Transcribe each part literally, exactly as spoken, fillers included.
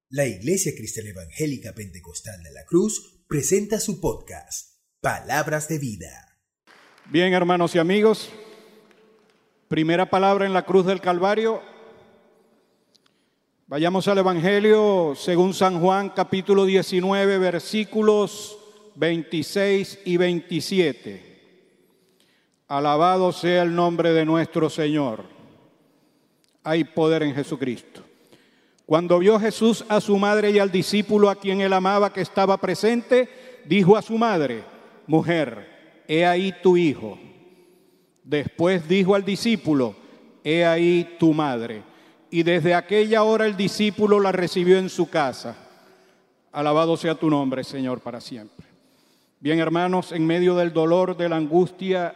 La Iglesia Cristiana Evangélica Pentecostal de la Cruz presenta su podcast, Palabras de Vida. Bien, hermanos y amigos, primera palabra en la cruz del Calvario. Vayamos al Evangelio según San Juan, capítulo diecinueve, versículos veintiséis y veintisiete. Alabado sea el nombre de nuestro Señor. Hay poder en Jesucristo. Cuando vio Jesús a su madre y al discípulo a quien él amaba que estaba presente, dijo a su madre: Mujer, he ahí tu hijo. Después dijo al discípulo: He ahí tu madre. Y desde aquella hora el discípulo la recibió en su casa. Alabado sea tu nombre, Señor, para siempre. Bien, hermanos, en medio del dolor, de la angustia,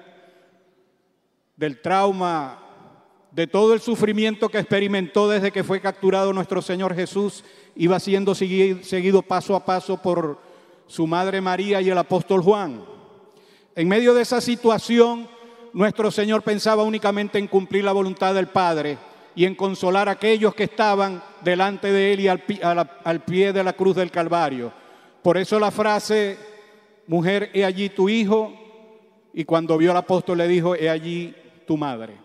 del trauma, de todo el sufrimiento que experimentó desde que fue capturado nuestro Señor Jesús, iba siendo seguido paso a paso por su madre María y el apóstol Juan. En medio de esa situación, nuestro Señor pensaba únicamente en cumplir la voluntad del Padre y en consolar a aquellos que estaban delante de Él y al pie, a la, al pie de la cruz del Calvario. Por eso la frase: Mujer, he allí tu hijo, y cuando vio al apóstol le dijo: He allí tu madre.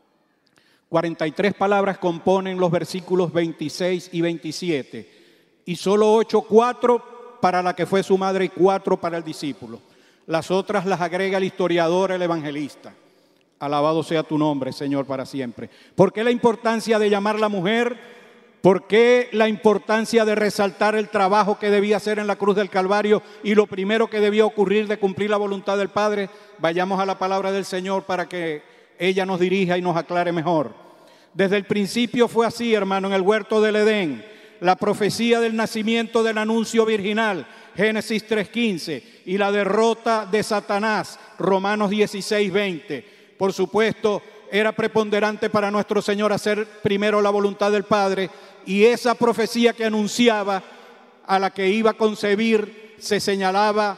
cuarenta y tres palabras componen los versículos veintiséis y veintisiete, y solo ocho, cuatro para la que fue su madre y cuatro para el discípulo. Las otras las agrega el historiador, el evangelista. Alabado sea tu nombre, Señor, para siempre. ¿Por qué la importancia de llamarla mujer? ¿Por qué la importancia de resaltar el trabajo que debía hacer en la cruz del Calvario y lo primero que debía ocurrir de cumplir la voluntad del Padre? Vayamos a la palabra del Señor para que ella nos dirija y nos aclare mejor. Desde el principio fue así, hermano, en el huerto del Edén. La profecía del nacimiento del anuncio virginal, Génesis tres quince, y la derrota de Satanás, Romanos dieciséis veinte. Por supuesto, era preponderante para nuestro Señor hacer primero la voluntad del Padre, y esa profecía que anunciaba a la que iba a concebir se señalaba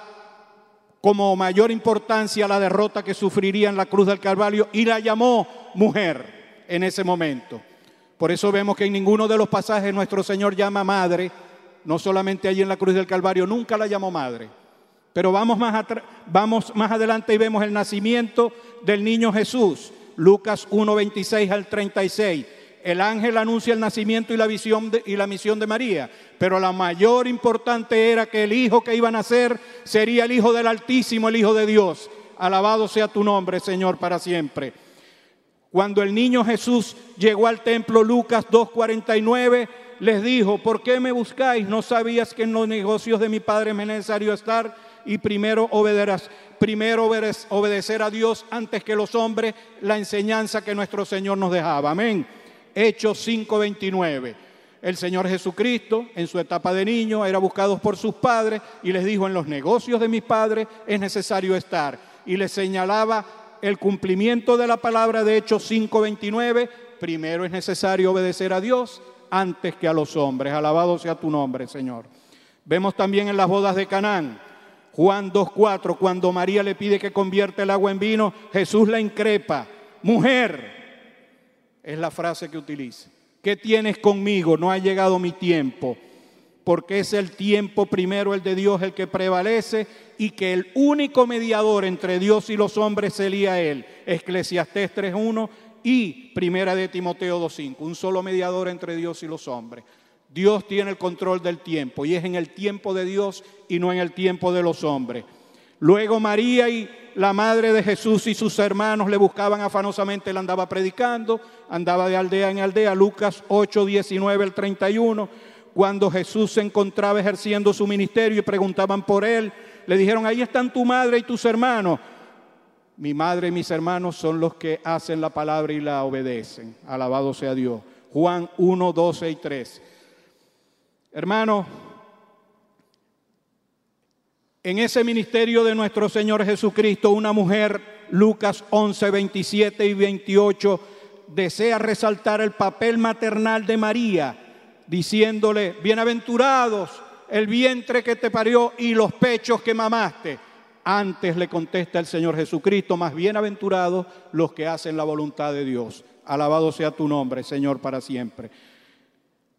como mayor importancia la derrota que sufriría en la cruz del Calvario, y la llamó mujer en ese momento. Por eso vemos que en ninguno de los pasajes nuestro Señor llama madre, no solamente allí en la cruz del Calvario, nunca la llamó madre. Pero vamos más, vamos más adelante y vemos el nacimiento del niño Jesús, Lucas uno, veintiséis al treinta y seis. El ángel anuncia el nacimiento y la visión de, y la misión de María, pero la mayor importante era que el hijo que iba a nacer sería el Hijo del Altísimo, el Hijo de Dios. Alabado sea tu nombre, Señor, para siempre. Cuando el niño Jesús llegó al templo, Lucas dos cuarenta y nueve, les dijo: ¿Por qué me buscáis? ¿No sabías que en los negocios de mi Padre me es necesario estar? Y primero obedecerás, primero obedecer a Dios antes que los hombres, la enseñanza que nuestro Señor nos dejaba. Amén. Hechos cinco veintinueve. El Señor Jesucristo, en su etapa de niño, era buscado por sus padres y les dijo: en los negocios de mis padres es necesario estar. Y les señalaba el cumplimiento de la palabra de Hechos cinco veintinueve. Primero es necesario obedecer a Dios antes que a los hombres. Alabado sea tu nombre, Señor. Vemos también en las bodas de Canaán, Juan dos cuatro, cuando María le pide que convierta el agua en vino, Jesús la increpa: mujer, es la frase que utiliza. ¿Qué tienes conmigo? No ha llegado mi tiempo. Porque es el tiempo primero el de Dios el que prevalece, y que el único mediador entre Dios y los hombres sería Él. Eclesiastés tres uno y Primera de Timoteo dos cinco. Un solo mediador entre Dios y los hombres. Dios tiene el control del tiempo, y es en el tiempo de Dios y no en el tiempo de los hombres. Luego María, y la madre de Jesús, y sus hermanos le buscaban afanosamente. Él andaba predicando, andaba de aldea en aldea. Lucas ocho diecinueve al treinta y uno. Cuando Jesús se encontraba ejerciendo su ministerio y preguntaban por él, le dijeron: ahí están tu madre y tus hermanos. Mi madre y mis hermanos son los que hacen la palabra y la obedecen. Alabado sea Dios. Juan uno, doce y trece. Hermanos, en ese ministerio de nuestro Señor Jesucristo, una mujer, Lucas once, veintisiete y veintiocho, desea resaltar el papel maternal de María, diciéndole: bienaventurados el vientre que te parió y los pechos que mamaste. Antes le contesta el Señor Jesucristo: más bienaventurados los que hacen la voluntad de Dios. Alabado sea tu nombre, Señor, para siempre.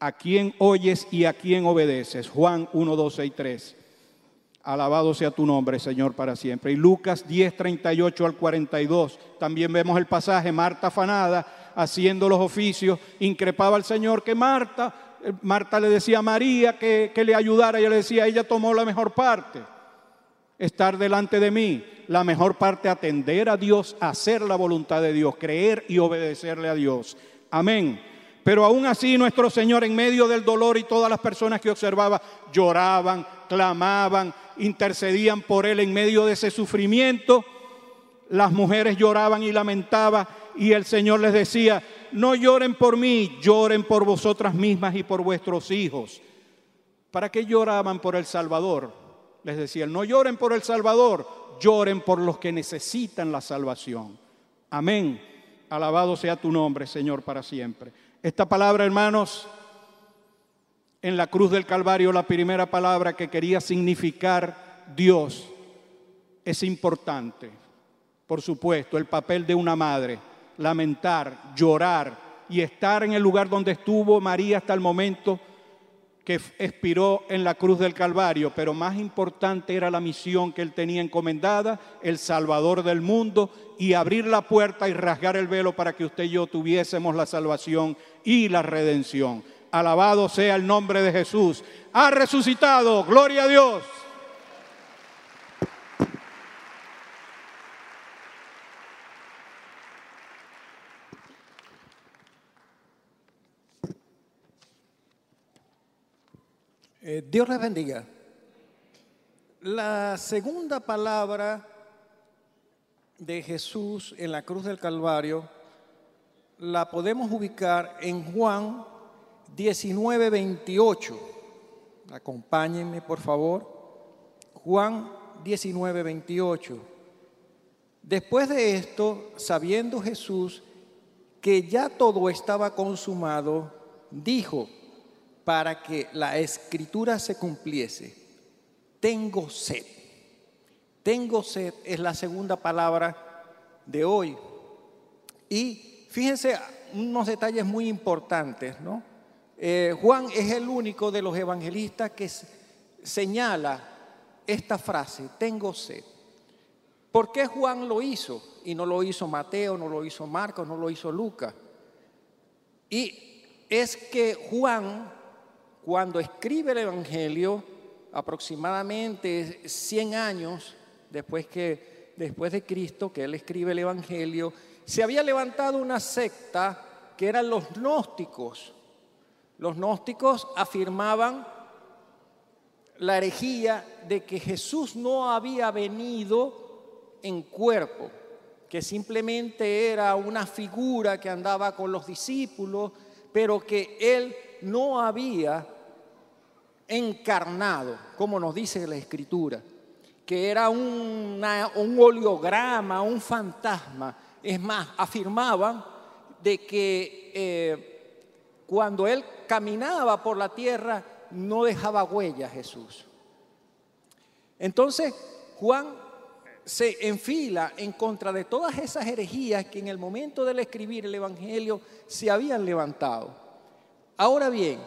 ¿A quién oyes y a quién obedeces? Juan uno, doce y tres. Alabado sea tu nombre, Señor, para siempre. Y Lucas diez, treinta y ocho al cuarenta y dos. También vemos el pasaje, Marta afanada, haciendo los oficios, increpaba al Señor que Marta, Marta le decía a María que, que le ayudara. Ella le decía, ella tomó la mejor parte, estar delante de mí. La mejor parte, atender a Dios, hacer la voluntad de Dios, creer y obedecerle a Dios. Amén. Pero aún así nuestro Señor, en medio del dolor, y todas las personas que observaba lloraban, clamaban, intercedían por Él en medio de ese sufrimiento. Las mujeres lloraban y lamentaban, y el Señor les decía, no lloren por mí, lloren por vosotras mismas y por vuestros hijos. ¿Para qué lloraban por el Salvador? Les decía, no lloren por el Salvador, lloren por los que necesitan la salvación. Amén. Alabado sea tu nombre, Señor, para siempre. Esta palabra, hermanos, en la cruz del Calvario, la primera palabra que quería significar Dios, es importante. Por supuesto, el papel de una madre, lamentar, llorar y estar en el lugar donde estuvo María hasta el momento que expiró en la cruz del Calvario. Pero más importante era la misión que Él tenía encomendada, el Salvador del mundo, y abrir la puerta y rasgar el velo para que usted y yo tuviésemos la salvación y la redención. Alabado sea el nombre de Jesús. Ha resucitado, gloria a Dios. Eh, Dios les bendiga. La segunda palabra de Jesús en la cruz del Calvario la podemos ubicar en Juan diecinueve, veintiocho. Acompáñenme, por favor. Juan diecinueve, veintiocho. Después de esto, sabiendo Jesús que ya todo estaba consumado, dijo, para que la escritura se cumpliese, tengo sed. Tengo sed es la segunda palabra de hoy. Y fíjense unos detalles muy importantes, ¿no? Eh, Juan es el único de los evangelistas que señala esta frase, tengo sed. ¿Por qué Juan lo hizo? Y no lo hizo Mateo, no lo hizo Marcos, no lo hizo Lucas. Y es que Juan, cuando escribe el Evangelio, aproximadamente cien años después, que, después de Cristo, que él escribe el Evangelio, se había levantado una secta que eran los gnósticos. Los gnósticos afirmaban la herejía de que Jesús no había venido en cuerpo, que simplemente era una figura que andaba con los discípulos, pero que él no había encarnado, como nos dice la Escritura, que era una, un oleograma, un fantasma. Es más, afirmaban de que eh, cuando él caminaba por la tierra no dejaba huella Jesús. Entonces Juan se enfila en contra de todas esas herejías que en el momento de escribir el Evangelio se habían levantado. Ahora bien,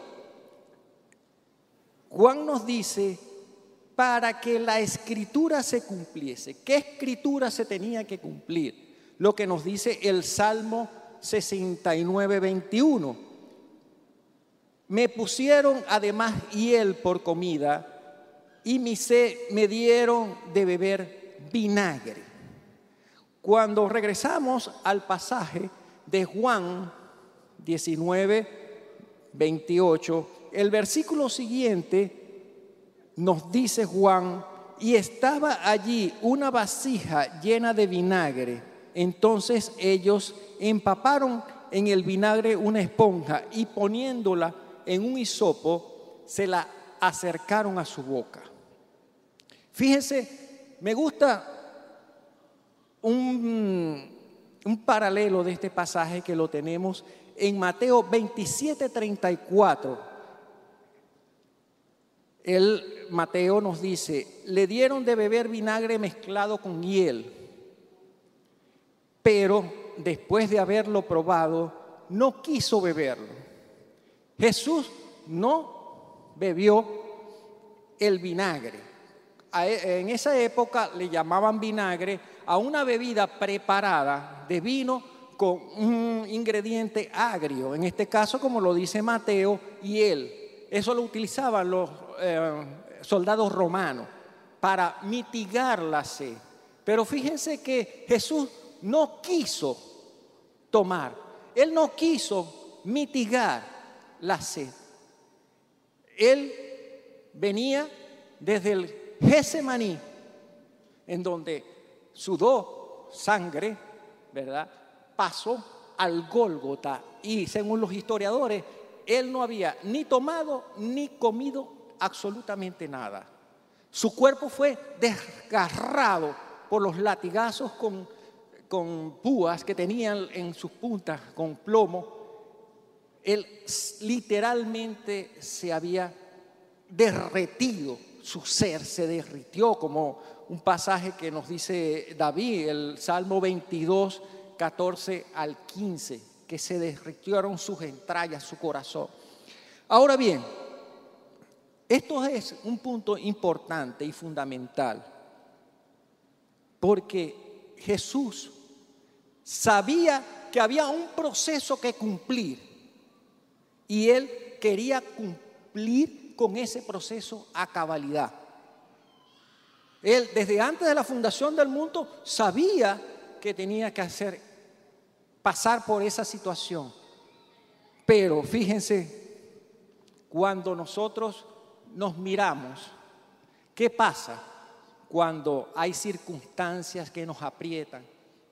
Juan nos dice, para que la escritura se cumpliese. ¿Qué escritura se tenía que cumplir? Lo que nos dice el Salmo sesenta y nueve, veintiuno. Me pusieron además hiel por comida y mi sed me dieron de beber vinagre. Cuando regresamos al pasaje de Juan diecinueve, veintiocho, el versículo siguiente nos dice Juan, y estaba allí una vasija llena de vinagre. Entonces ellos empaparon en el vinagre una esponja y poniéndola en un hisopo, se la acercaron a su boca. Fíjense, me gusta un, un paralelo de este pasaje que lo tenemos en Mateo veintisiete, treinta y cuatro. El Mateo nos dice, le dieron de beber vinagre mezclado con hiel, pero después de haberlo probado, no quiso beberlo. Jesús no bebió el vinagre. En esa época le llamaban vinagre a una bebida preparada de vino con un ingrediente agrio, en este caso como lo dice Mateo, hiel. Eso lo utilizaban los eh, soldados romanos para mitigar la sed. Pero fíjense que Jesús no quiso tomar, Él no quiso mitigar la sed. Él venía desde el Getsemaní, en donde sudó sangre, ¿verdad? Pasó al Gólgota y según los historiadores, Él no había ni tomado ni comido absolutamente nada. Su cuerpo fue desgarrado por los latigazos con, con púas que tenían en sus puntas, con plomo. Él literalmente se había derretido, su ser se derritió, como un pasaje que nos dice David, el Salmo veintidós, catorce al quince, que se derritieron sus entrañas, su corazón. Ahora bien, esto es un punto importante y fundamental, porque Jesús sabía que había un proceso que cumplir y Él quería cumplir con ese proceso a cabalidad. Él desde antes de la fundación del mundo sabía que tenía que hacer, pasar por esa situación. Pero fíjense, cuando nosotros nos miramos, ¿qué pasa cuando hay circunstancias que nos aprietan?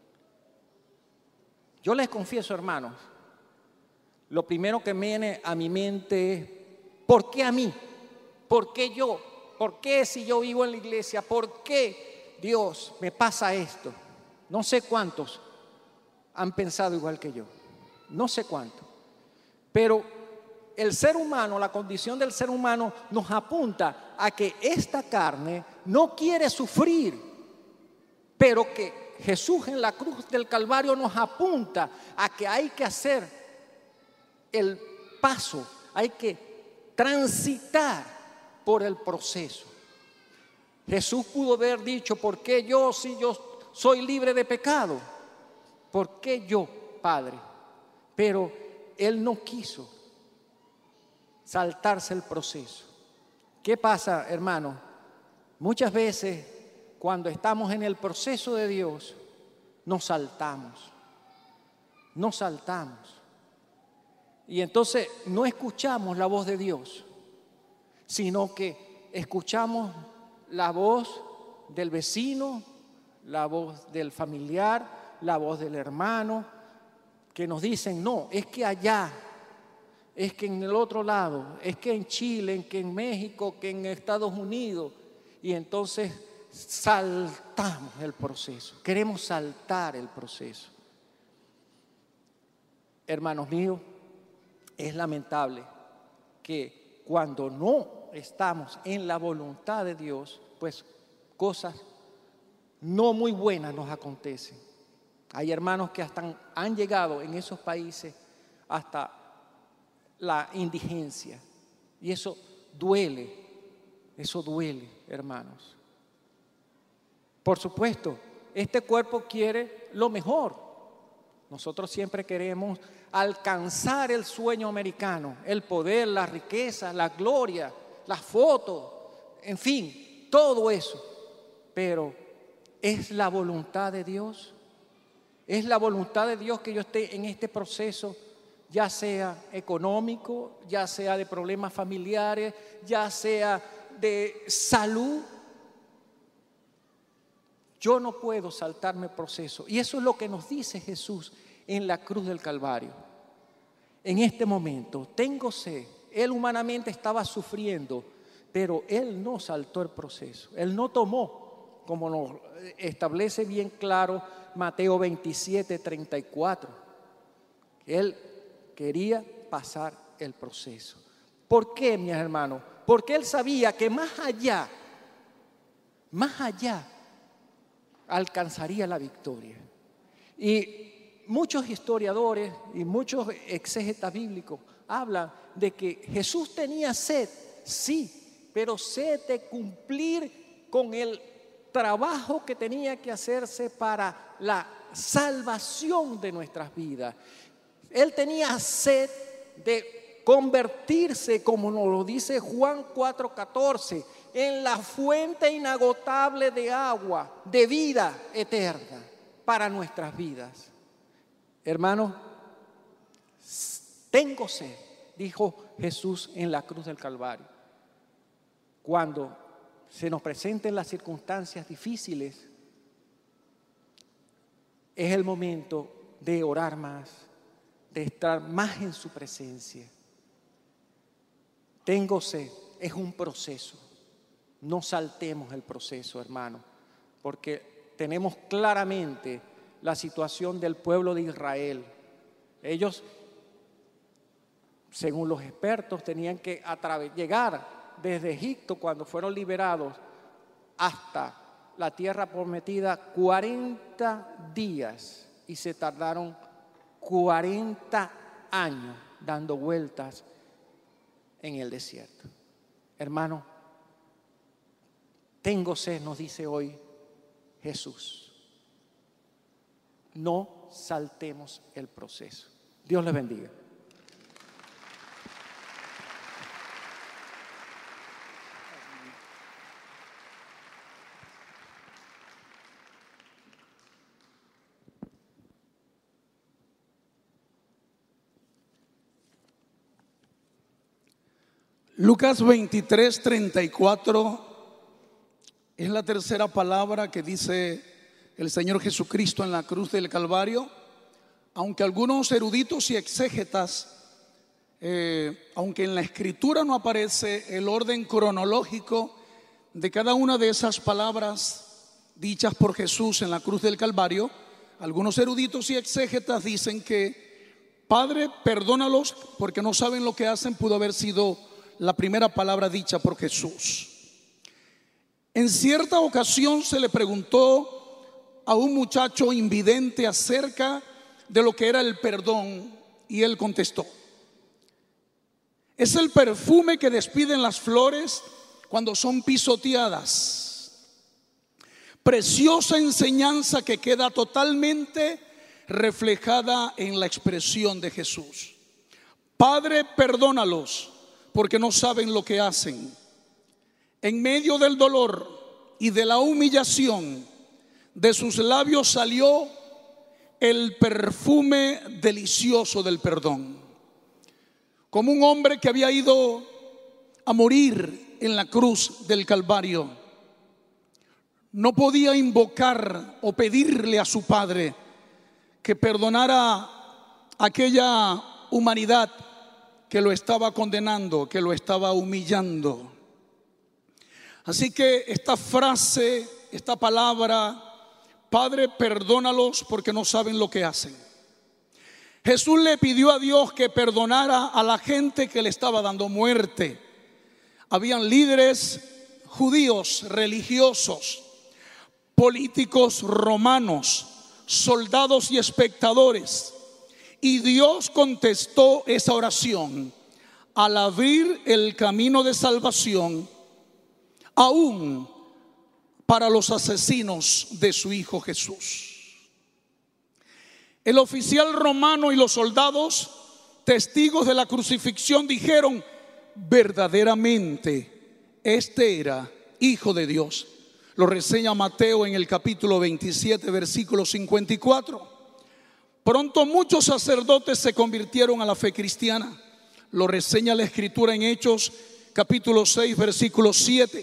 Yo les confieso, hermanos, lo primero que me viene a mi mente es, ¿por qué a mí? ¿Por qué yo? ¿Por qué si yo vivo en la iglesia? ¿Por qué Dios me pasa esto? No sé cuántos han pensado igual que yo, no sé cuántos, pero el ser humano, la condición del ser humano nos apunta a que esta carne no quiere sufrir, pero que Jesús en la cruz del Calvario nos apunta a que hay que hacer el paso, hay que transitar por el proceso. Jesús pudo haber dicho, ¿por qué yo si yo soy libre de pecado? ¿Por qué yo, Padre? Pero Él no quiso saltarse el proceso. ¿Qué pasa, hermano? Muchas veces cuando estamos en el proceso de Dios, nos saltamos, nos saltamos. Y entonces no escuchamos la voz de Dios, sino que escuchamos la voz del vecino, la voz del familiar, la voz del hermano, que nos dicen, no, es que allá, es que en el otro lado, es que en Chile, en que en México, que en Estados Unidos. Y entonces saltamos el proceso, queremos saltar el proceso. Hermanos míos, es lamentable que cuando no estamos en la voluntad de Dios, pues cosas no muy buenas nos acontecen. Hay hermanos que hasta han llegado en esos países hasta la indigencia. Y eso duele, eso duele, hermanos. Por supuesto, este cuerpo quiere lo mejor. Nosotros siempre queremos alcanzar el sueño americano, el poder, la riqueza, la gloria, las fotos, en fin, todo eso. Pero ¿es la voluntad de Dios? ¿Es la voluntad de Dios que yo esté en este proceso, ya sea económico, ya sea de problemas familiares, ya sea de salud? Yo no puedo saltarme el proceso. Y eso es lo que nos dice Jesús en la cruz del Calvario. En este momento, tengo sed. Él humanamente estaba sufriendo, pero Él no saltó el proceso. Él no tomó, como nos establece bien claro Mateo veintisiete, treinta y cuatro. Él quería pasar el proceso. ¿Por qué, mis hermanos? Porque Él sabía que más allá, más allá, alcanzaría la victoria. Y muchos historiadores y muchos exégetas bíblicos hablan de que Jesús tenía sed, sí, pero sed de cumplir con el trabajo que tenía que hacerse para la salvación de nuestras vidas. Él tenía sed de convertirse, como nos lo dice Juan cuatro catorce, en la fuente inagotable de agua, de vida eterna para nuestras vidas. Hermano, tengo sed, dijo Jesús en la cruz del Calvario. Cuando se nos presenten las circunstancias difíciles, es el momento de orar más, de estar más en su presencia. Tengo sed, es un proceso. No saltemos el proceso, hermano, porque tenemos claramente la situación del pueblo de Israel. Ellos, según los expertos, tenían que llegar desde Egipto, cuando fueron liberados, hasta la tierra prometida cuarenta días, y se tardaron cuarenta años dando vueltas en el desierto. Hermano, tengo sed, nos dice hoy Jesús. No saltemos el proceso. Dios les bendiga. Lucas veintitrés, treinta y cuatro es la tercera palabra que dice el Señor Jesucristo en la cruz del Calvario. Aunque algunos eruditos y exégetas, eh, aunque en la escritura no aparece el orden cronológico de cada una de esas palabras dichas por Jesús en la cruz del Calvario, algunos eruditos y exégetas dicen que Padre, perdónalos porque no saben lo que hacen, pudo haber sido la primera palabra dicha por Jesús. En cierta ocasión se le preguntó a un muchacho invidente acerca de lo que era el perdón, y él contestó: es el perfume que despiden las flores cuando son pisoteadas. Preciosa enseñanza que queda totalmente reflejada en la expresión de Jesús. Padre, perdónalos porque no saben lo que hacen. En medio del dolor y de la humillación, de sus labios salió el perfume delicioso del perdón. Como un hombre que había ido a morir en la cruz del Calvario, no podía invocar o pedirle a su Padre que perdonara a aquella humanidad que lo estaba condenando, que lo estaba humillando. Así que esta frase, esta palabra, Padre, perdónalos porque no saben lo que hacen. Jesús le pidió a Dios que perdonara a la gente que le estaba dando muerte. Habían líderes judíos, religiosos, políticos romanos, soldados y espectadores. Y Dios contestó esa oración al abrir el camino de salvación aún para los asesinos de su Hijo Jesús. El oficial romano y los soldados, testigos de la crucifixión, dijeron: verdaderamente este era Hijo de Dios. Lo reseña Mateo en el capítulo veintisiete, versículo cincuenta y cuatro. Pronto muchos sacerdotes se convirtieron a la fe cristiana. Lo reseña la Escritura en Hechos capítulo seis, versículo siete.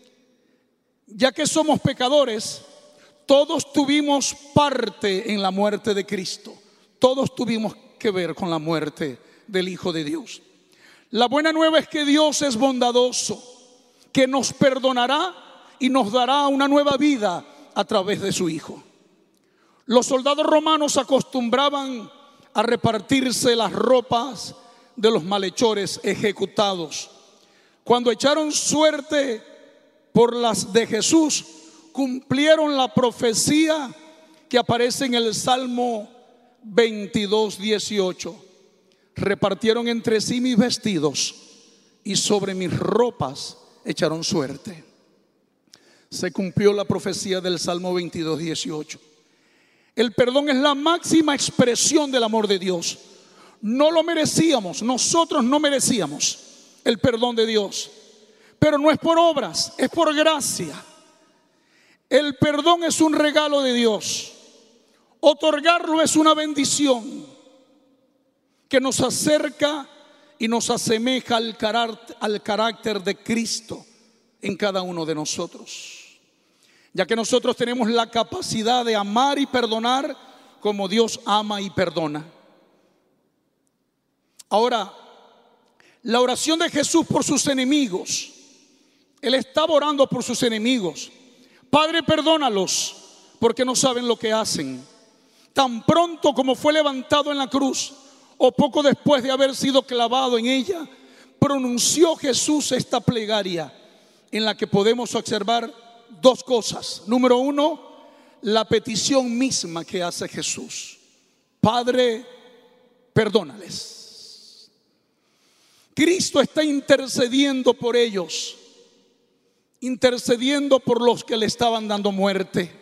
Ya que somos pecadores, todos tuvimos parte en la muerte de Cristo. Todos tuvimos que ver con la muerte del Hijo de Dios. La buena nueva es que Dios es bondadoso, que nos perdonará y nos dará una nueva vida a través de su Hijo. Los soldados romanos acostumbraban a repartirse las ropas de los malhechores ejecutados. Cuando echaron suerte por las de Jesús, cumplieron la profecía que aparece en el Salmo veintidós, dieciocho. repartieron entre sí mis vestidos y sobre mis ropas echaron suerte. Se cumplió la profecía del Salmo veintidós, dieciocho. El perdón es la máxima expresión del amor de Dios. No lo merecíamos, nosotros no merecíamos el perdón de Dios, pero no es por obras, es por gracia. El perdón es un regalo de Dios. Otorgarlo es una bendición que nos acerca y nos asemeja al carácter, al carácter de Cristo en cada uno de nosotros, ya que nosotros tenemos la capacidad de amar y perdonar como Dios ama y perdona. Ahora, la oración de Jesús por sus enemigos, Él estaba orando por sus enemigos. Padre, perdónalos porque no saben lo que hacen. Tan pronto como fue levantado en la cruz, o poco después de haber sido clavado en ella, pronunció Jesús esta plegaria en la que podemos observar dos cosas. Número uno, la petición misma que hace Jesús: Padre, perdónales. Cristo está intercediendo por ellos, intercediendo por los que le estaban dando muerte.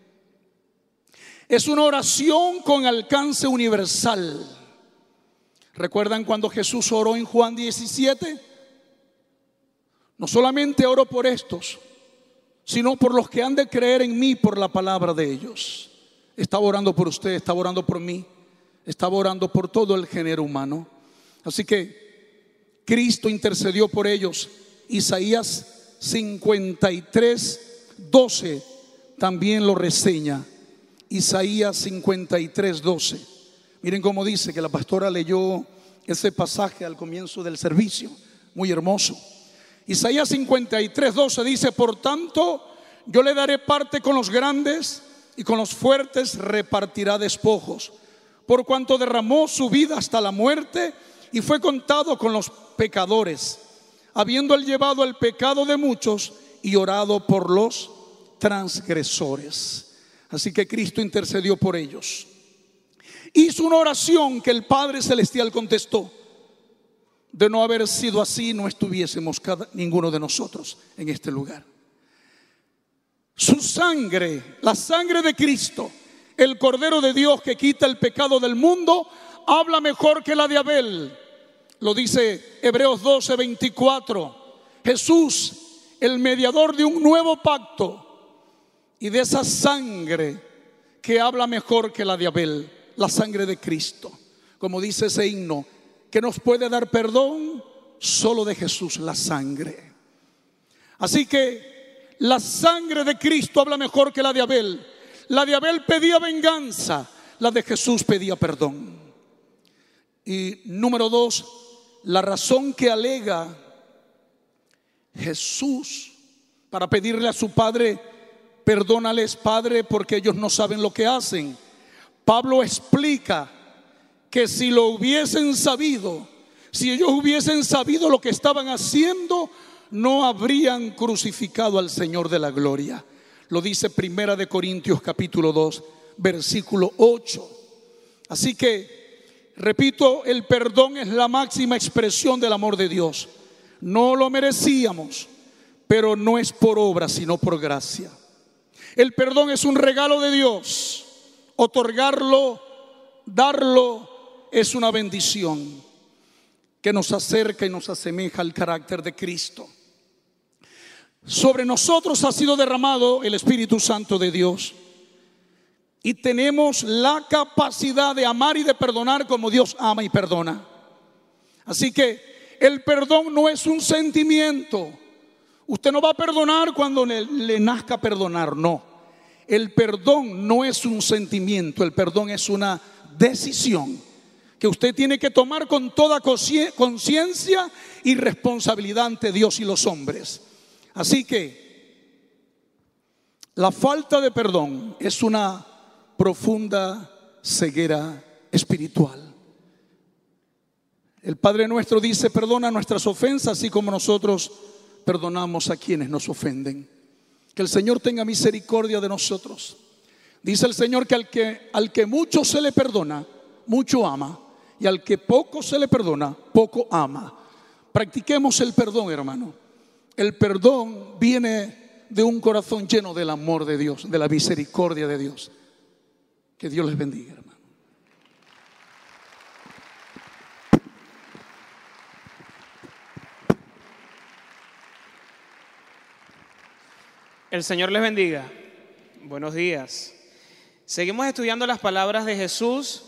Es una oración con alcance universal. ¿Recuerdan cuando Jesús oró en Juan diecisiete? No solamente oro por estos, sino por los que han de creer en mí por la palabra de ellos. Estaba orando por usted, estaba orando por mí, estaba orando por todo el género humano. Así que Cristo intercedió por ellos. Isaías cincuenta y tres, doce también lo reseña. Isaías cincuenta y tres, doce. Miren cómo dice, que la pastora leyó ese pasaje al comienzo del servicio, muy hermoso. Isaías cincuenta y tres, doce dice: por tanto, yo le daré parte con los grandes, y con los fuertes repartirá despojos, por cuanto derramó su vida hasta la muerte y fue contado con los pecadores, habiendo él llevado el pecado de muchos y orado por los transgresores. Así que Cristo intercedió por ellos. Hizo una oración que el Padre Celestial contestó. De no haber sido así, no estuviésemos cada, ninguno de nosotros en este lugar. Su sangre, la sangre de Cristo, el Cordero de Dios que quita el pecado del mundo, habla mejor que la de Abel. Lo dice Hebreos doce, veinticuatro. Jesús, el mediador de un nuevo pacto, y de esa sangre que habla mejor que la de Abel, la sangre de Cristo. Como dice ese himno, que nos puede dar perdón solo de Jesús, la sangre. Así que la sangre de Cristo habla mejor que la de Abel. La de Abel pedía venganza, la de Jesús pedía perdón. Y número dos, la razón que alega Jesús para pedirle a su Padre: perdónales, Padre, porque ellos no saben lo que hacen. Pablo explica que si lo hubiesen sabido, si ellos hubiesen sabido lo que estaban haciendo, no habrían crucificado al Señor de la gloria. Lo dice Primera de Corintios capítulo dos, versículo ocho. Así que, repito, el perdón es la máxima expresión del amor de Dios. No lo merecíamos, pero no es por obra, sino por gracia. El perdón es un regalo de Dios. Otorgarlo, darlo, es una bendición que nos acerca y nos asemeja al carácter de Cristo. Sobre nosotros ha sido derramado el Espíritu Santo de Dios, y tenemos la capacidad de amar y de perdonar como Dios ama y perdona. Así que el perdón no es un sentimiento. Usted no va a perdonar cuando le, le nazca perdonar, no. El perdón no es un sentimiento, el perdón es una decisión que usted tiene que tomar con toda conciencia y responsabilidad ante Dios y los hombres. Así que la falta de perdón es una profunda ceguera espiritual. El Padre nuestro dice: perdona nuestras ofensas, así como nosotros perdonamos a quienes nos ofenden. Que el Señor tenga misericordia de nosotros. Dice el Señor que al que, al que mucho se le perdona, mucho ama, y y al que poco se le perdona, poco ama. Practiquemos el perdón, hermano. El perdón viene de un corazón lleno del amor de Dios, de la misericordia de Dios. Que Dios les bendiga, hermano. El Señor les bendiga. Buenos días. Seguimos estudiando las palabras de Jesús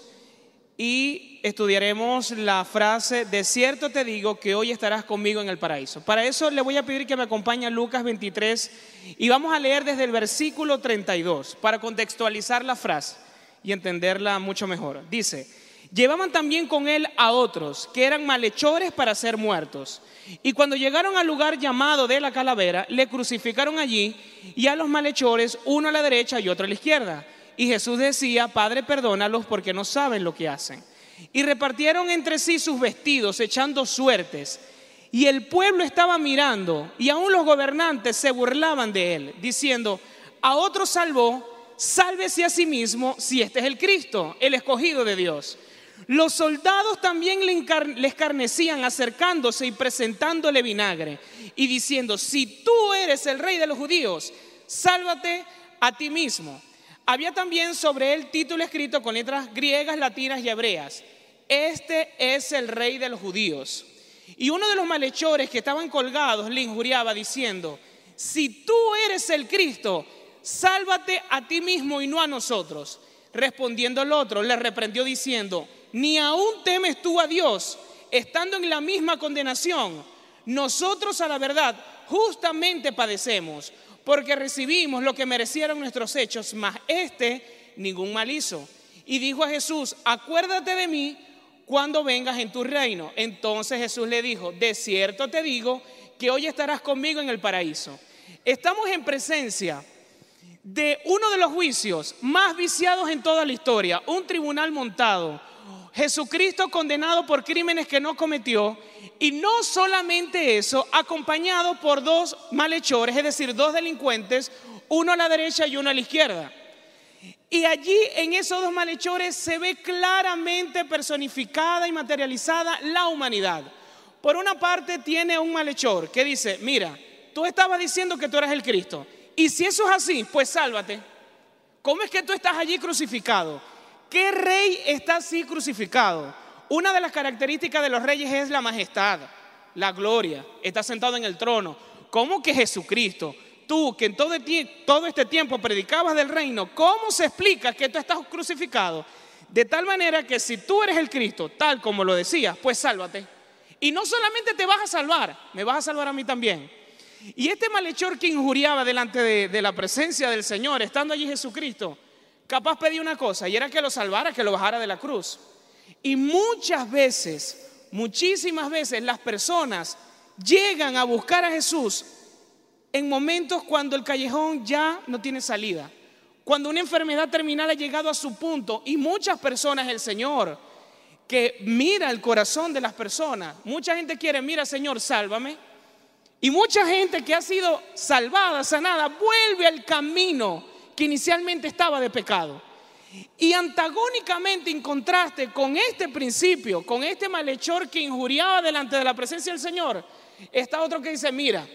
y estudiaremos la frase: de cierto te digo que hoy estarás conmigo en el paraíso. Para eso le voy a pedir que me acompañe a Lucas veintitrés y vamos a leer desde el versículo treinta y dos para contextualizar la frase y entenderla mucho mejor. Dice: llevaban también con él a otros que eran malhechores para ser muertos. Y cuando llegaron al lugar llamado de la calavera, le crucificaron allí, y a los malhechores, uno a la derecha y otro a la izquierda. Y Jesús decía: Padre, perdónalos porque no saben lo que hacen. Y repartieron entre sí sus vestidos, echando suertes. Y el pueblo estaba mirando, y aún los gobernantes se burlaban de él, diciendo: a otro salvó, sálvese a sí mismo, si este es el Cristo, el escogido de Dios. Los soldados también le escarnecían, acercándose y presentándole vinagre y diciendo: si tú eres el rey de los judíos, sálvate a ti mismo. Había también sobre él título escrito con letras griegas, latinas y hebreas: este es el rey de los judíos. Y uno de los malhechores que estaban colgados le injuriaba diciendo: si tú eres el Cristo, sálvate a ti mismo y no a nosotros. Respondiendo el otro, le reprendió diciendo: ¿ni aún temes tú a Dios, estando en la misma condenación? Nosotros, a la verdad, justamente padecemos, porque recibimos lo que merecieron nuestros hechos, mas este ningún mal hizo. Y dijo a Jesús: acuérdate de mí cuando vengas en tu reino. Entonces Jesús le dijo: de cierto te digo que hoy estarás conmigo en el paraíso. Estamos en presencia de uno de los juicios más viciados en toda la historia, un tribunal montado, Jesucristo condenado por crímenes que no cometió, y no solamente eso, acompañado por dos malhechores, es decir, dos delincuentes, uno a la derecha y uno a la izquierda. Y allí en esos dos malhechores se ve claramente personificada y materializada la humanidad. Por una parte tiene un malhechor que dice: mira, tú estabas diciendo que tú eras el Cristo, y si eso es así, pues sálvate. ¿Cómo es que tú estás allí crucificado? ¿Qué rey está así crucificado? Una de las características de los reyes es la majestad, la gloria, está sentado en el trono. ¿Cómo que Jesucristo? Tú que en todo, todo este tiempo predicabas del reino, ¿cómo se explica que tú estás crucificado? De tal manera que si tú eres el Cristo, tal como lo decías, pues sálvate. Y no solamente te vas a salvar, me vas a salvar a mí también. Y este malhechor que injuriaba delante de, de la presencia del Señor, estando allí Jesucristo, capaz pedía una cosa, y era que lo salvara, que lo bajara de la cruz. Y muchas veces, muchísimas veces, las personas llegan a buscar a Jesús en momentos cuando el callejón ya no tiene salida, cuando una enfermedad terminal ha llegado a su punto. Y muchas personas, el Señor, que mira el corazón de las personas, mucha gente quiere: mira, Señor, sálvame. Y mucha gente que ha sido salvada, sanada, vuelve al camino que inicialmente estaba de pecado. Y antagónicamente, en contraste con este principio, con este malhechor que injuriaba delante de la presencia del Señor, está otro que dice: mira,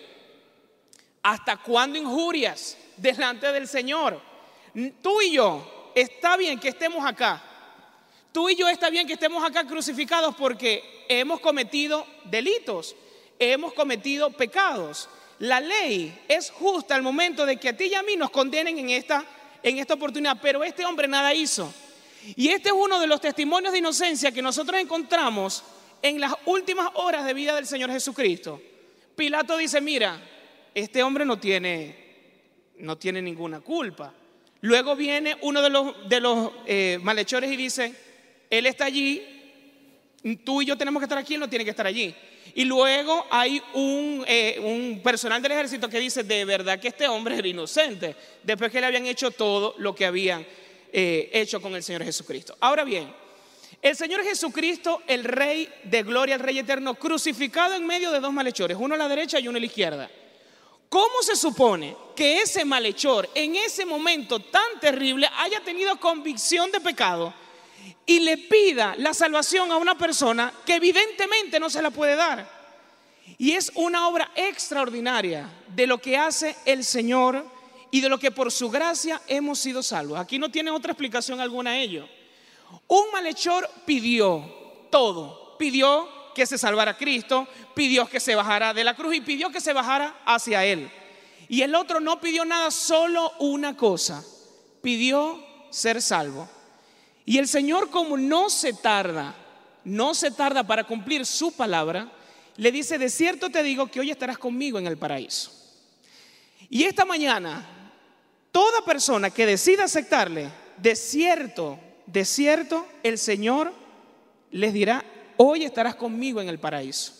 ¿hasta cuándo injurias delante del Señor? Tú y yo, está bien que estemos acá. Tú y yo está bien que estemos acá crucificados porque hemos cometido delitos, hemos cometido pecados. La ley es justa al momento de que a ti y a mí nos condenen en esta, en esta oportunidad, pero este hombre nada hizo. Y este es uno de los testimonios de inocencia que nosotros encontramos en las últimas horas de vida del Señor Jesucristo. Pilato dice: mira, este hombre no tiene, no tiene ninguna culpa. Luego viene uno de los, de los eh, malhechores y dice: él está allí, tú y yo tenemos que estar aquí, él no tiene que estar allí. Y luego hay un, eh, un personal del ejército que dice: de verdad que este hombre era inocente, después que le habían hecho todo lo que habían eh, hecho con el Señor Jesucristo. Ahora bien, el Señor Jesucristo, el Rey de gloria, el Rey eterno, crucificado en medio de dos malhechores, uno a la derecha y uno a la izquierda. ¿Cómo se supone que ese malhechor en ese momento tan terrible haya tenido convicción de pecado y le pida la salvación a una persona que evidentemente no se la puede dar. Y es una obra extraordinaria de lo que hace el Señor y de lo que por su gracia hemos sido salvos. Aquí no tiene otra explicación alguna ello. Un malhechor pidió todo, pidió que se salvara Cristo, pidió que se bajara de la cruz y pidió que se bajara hacia Él. Y el otro no pidió nada, solo una cosa, pidió ser salvo. Y el Señor, como no se tarda, no se tarda para cumplir su palabra, le dice: de cierto te digo que hoy estarás conmigo en el paraíso. Y esta mañana, toda persona que decida aceptarle, de cierto, de cierto, el Señor les dirá: hoy estarás conmigo en el paraíso.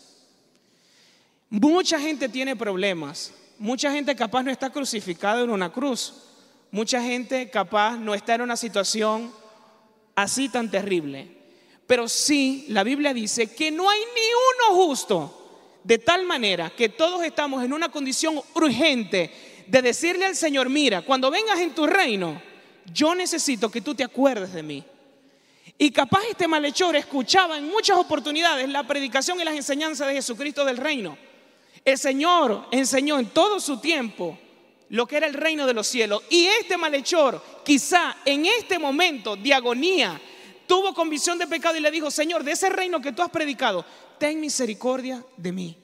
Mucha gente tiene problemas, mucha gente capaz no está crucificada en una cruz, mucha gente capaz no está en una situación así tan terrible. Pero sí, la Biblia dice que no hay ni uno justo, de tal manera que todos estamos en una condición urgente de decirle al Señor: mira, cuando vengas en tu reino, yo necesito que tú te acuerdes de mí. Y capaz este malhechor escuchaba en muchas oportunidades la predicación y las enseñanzas de Jesucristo del reino. El Señor enseñó en todo su tiempo lo que era el reino de los cielos. Y este malhechor, quizá en este momento de agonía, tuvo convicción de pecado y le dijo: Señor, de ese reino que tú has predicado, ten misericordia de mí.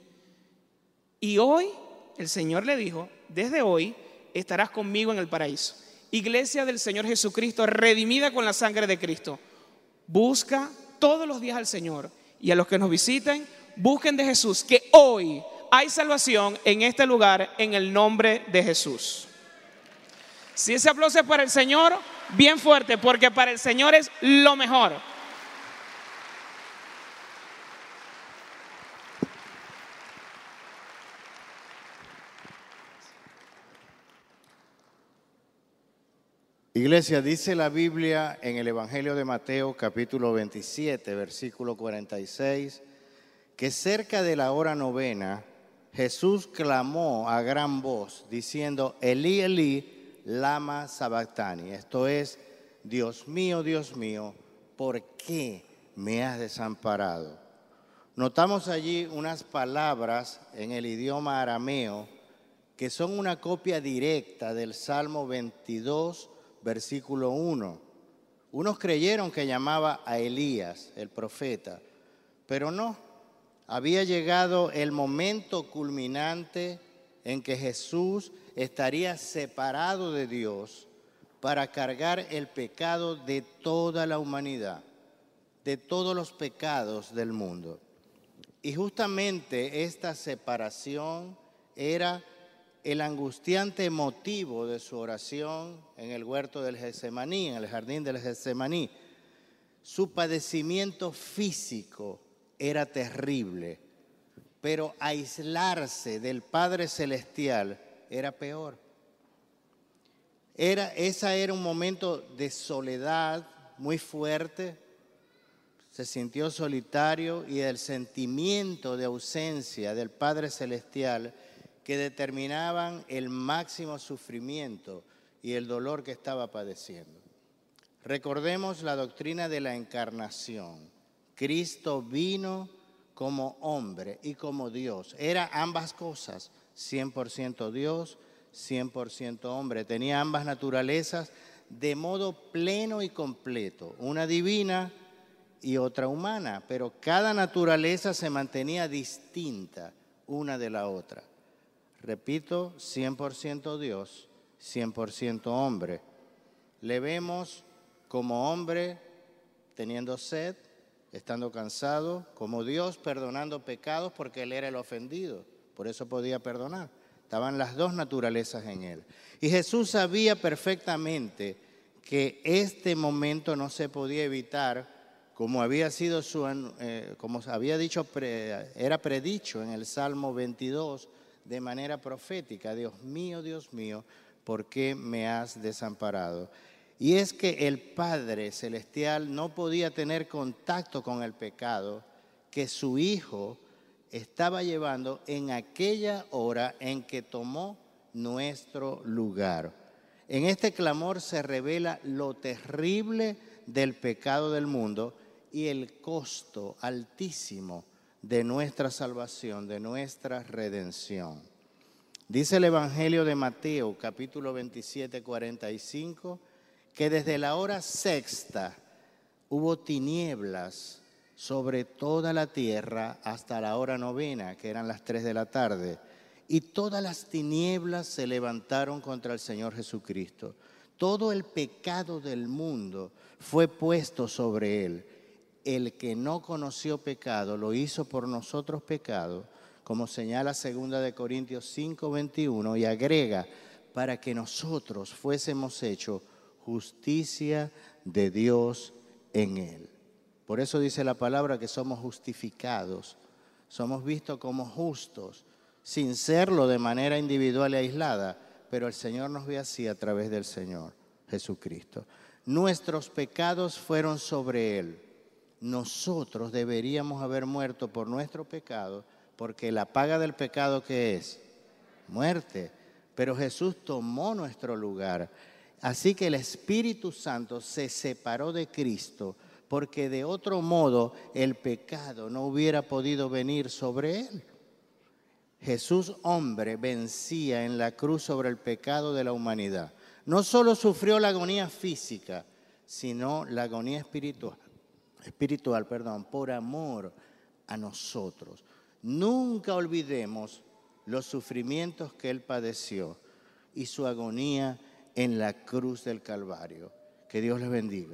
Y hoy el Señor le dijo: desde hoy estarás conmigo en el paraíso. Iglesia del Señor Jesucristo, redimida con la sangre de Cristo, busca todos los días al Señor. Y a los que nos visiten, busquen de Jesús, que hoy hay salvación en este lugar, en el nombre de Jesús. Si ese aplauso es para el Señor, bien fuerte, porque para el Señor es lo mejor. Iglesia, dice la Biblia en el Evangelio de Mateo, capítulo veintisiete, versículo cuarenta y seis, que cerca de la hora novena, Jesús clamó a gran voz, diciendo: Elí, Elí, lama sabactani. Esto es: Dios mío, Dios mío, ¿por qué me has desamparado? Notamos allí unas palabras en el idioma arameo que son una copia directa del Salmo veintidós, versículo uno. Unos creyeron que llamaba a Elías, el profeta, pero no. Había llegado el momento culminante en que Jesús estaría separado de Dios para cargar el pecado de toda la humanidad, de todos los pecados del mundo. Y justamente esta separación era el angustiante motivo de su oración en el huerto del Getsemaní, en el jardín del Getsemaní. Su padecimiento físico era terrible, pero aislarse del Padre Celestial era peor. Era, esa era un momento de soledad muy fuerte. Se sintió solitario y el sentimiento de ausencia del Padre Celestial que determinaban el máximo sufrimiento y el dolor que estaba padeciendo. Recordemos la doctrina de la encarnación. Cristo vino como hombre y como Dios. Era ambas cosas, cien por ciento Dios, cien por ciento hombre. Tenía ambas naturalezas de modo pleno y completo, una divina y otra humana, pero cada naturaleza se mantenía distinta una de la otra. Repito, cien por ciento Dios, cien por ciento hombre. Le vemos como hombre teniendo sed, estando cansado, como Dios perdonando pecados porque Él era el ofendido, por eso podía perdonar. Estaban las dos naturalezas en Él. Y Jesús sabía perfectamente que este momento no se podía evitar, como había sido su, eh, como había dicho, pre, era predicho en el Salmo veintidós de manera profética: Dios mío, Dios mío, ¿por qué me has desamparado? Y es que el Padre Celestial no podía tener contacto con el pecado que su Hijo estaba llevando en aquella hora en que tomó nuestro lugar. En este clamor se revela lo terrible del pecado del mundo y el costo altísimo de nuestra salvación, de nuestra redención. Dice el Evangelio de Mateo, capítulo veintisiete, cuarenta y cinco, que desde la hora sexta hubo tinieblas sobre toda la tierra hasta la hora novena, que eran las tres de la tarde. Y todas las tinieblas se levantaron contra el Señor Jesucristo. Todo el pecado del mundo fue puesto sobre Él. El que no conoció pecado lo hizo por nosotros pecado, como señala segunda de Corintios cinco, veintiuno, y agrega, para que nosotros fuésemos hechos justicia de Dios en Él. Por eso dice la palabra que somos justificados, somos vistos como justos, sin serlo de manera individual e aislada, pero el Señor nos ve así a través del Señor Jesucristo. Nuestros pecados fueron sobre Él. Nosotros deberíamos haber muerto por nuestro pecado, porque la paga del pecado, ¿qué es? Muerte. Pero Jesús tomó nuestro lugar. Así que el Espíritu Santo se separó de Cristo, porque de otro modo el pecado no hubiera podido venir sobre Él. Jesús, hombre, vencía en la cruz sobre el pecado de la humanidad. No solo sufrió la agonía física, sino la agonía espiritual, espiritual, perdón, por amor a nosotros. Nunca olvidemos los sufrimientos que Él padeció y su agonía en la cruz del Calvario. Que Dios les bendiga.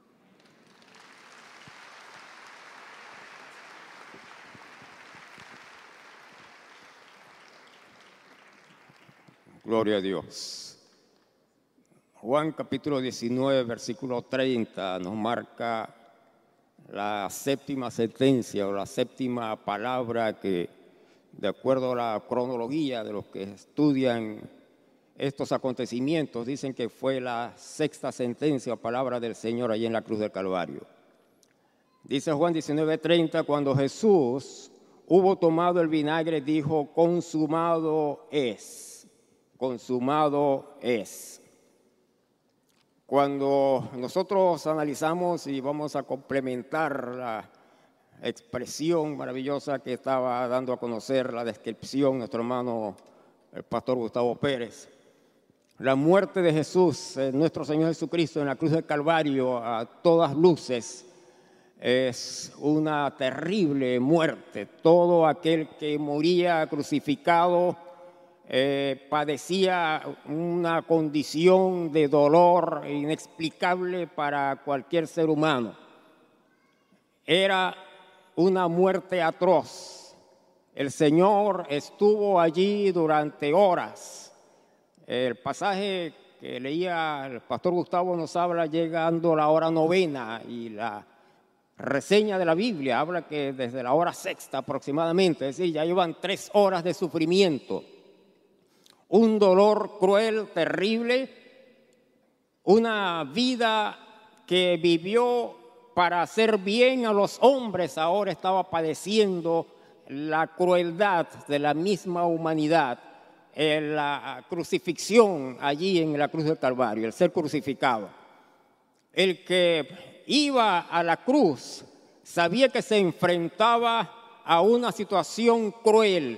Gloria a Dios. Juan capítulo diecinueve, versículo treinta nos marca la séptima sentencia o la séptima palabra que, de acuerdo a la cronología de los que estudian estos acontecimientos, dicen que fue la sexta sentencia o palabra del Señor allí en la cruz del Calvario. Dice Juan diecinueve, treinta, cuando Jesús hubo tomado el vinagre, dijo, consumado es. Consumado es. Cuando nosotros analizamos y vamos a complementar la expresión maravillosa que estaba dando a conocer la descripción nuestro hermano el pastor Gustavo Pérez, la muerte de Jesús, eh, nuestro Señor Jesucristo en la cruz del Calvario, a todas luces, es una terrible muerte. Todo aquel que moría crucificado Eh, padecía una condición de dolor inexplicable para cualquier ser humano. Era una muerte atroz. El Señor estuvo allí durante horas. El pasaje que leía el pastor Gustavo nos habla llegando la hora novena, y la reseña de la Biblia habla que desde la hora sexta aproximadamente, es decir, ya llevan tres horas de sufrimiento. Un dolor cruel, terrible, una vida que vivió para hacer bien a los hombres, ahora estaba padeciendo la crueldad de la misma humanidad, en la crucifixión allí en la cruz del Calvario, el ser crucificado. El que iba a la cruz sabía que se enfrentaba a una situación cruel,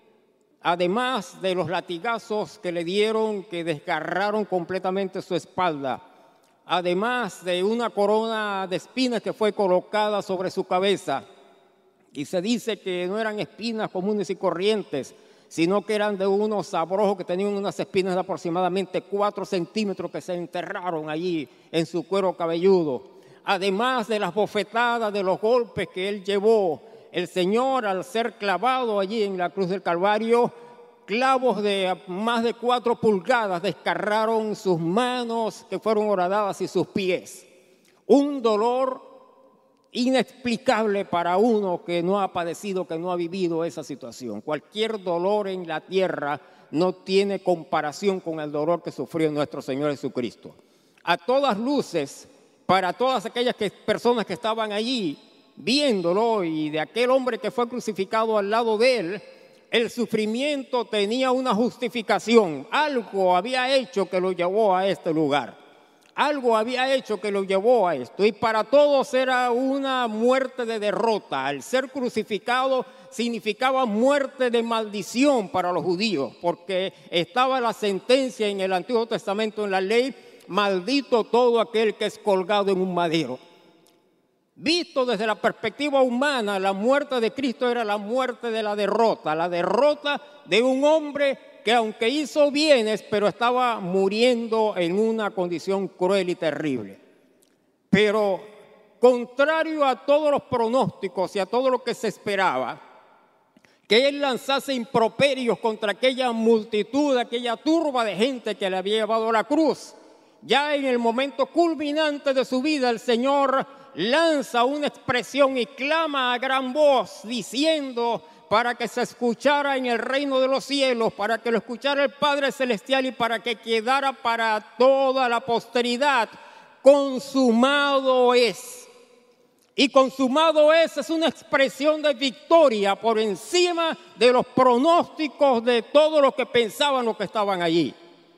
además de los latigazos que le dieron, que desgarraron completamente su espalda, además de una corona de espinas que fue colocada sobre su cabeza. Y se dice que no eran espinas comunes y corrientes, sino que eran de unos abrojos que tenían unas espinas de aproximadamente cuatro centímetros que se enterraron allí en su cuero cabelludo. Además de las bofetadas, de los golpes que él llevó, el Señor, al ser clavado allí en la cruz del Calvario, clavos de más de cuatro pulgadas desgarraron sus manos que fueron horadadas y sus pies. Un dolor inexplicable para uno que no ha padecido, que no ha vivido esa situación. Cualquier dolor en la tierra no tiene comparación con el dolor que sufrió nuestro Señor Jesucristo. A todas luces, para todas aquellas que, personas que estaban allí viéndolo, y de aquel hombre que fue crucificado al lado de él, el sufrimiento tenía una justificación. Algo había hecho que lo llevó a este lugar. Algo había hecho que lo llevó a esto, y para todos era una muerte de derrota. Al ser crucificado significaba muerte de maldición para los judíos, porque estaba la sentencia en el Antiguo Testamento, en la ley: maldito todo aquel que es colgado en un madero. Visto desde la perspectiva humana, la muerte de Cristo era la muerte de la derrota, la derrota de un hombre que aunque hizo bienes, pero estaba muriendo en una condición cruel y terrible. Pero contrario a todos los pronósticos y a todo lo que se esperaba, que él lanzase improperios contra aquella multitud, aquella turba de gente que le había llevado a la cruz, ya en el momento culminante de su vida, el Señor lanza una expresión y clama a gran voz, diciendo, para que se escuchara en el reino de los cielos, para que lo escuchara el Padre Celestial y para que quedara para toda la posteridad: consumado es. Y consumado es es una expresión de victoria por encima de los pronósticos de todos los que pensaban los que estaban allí.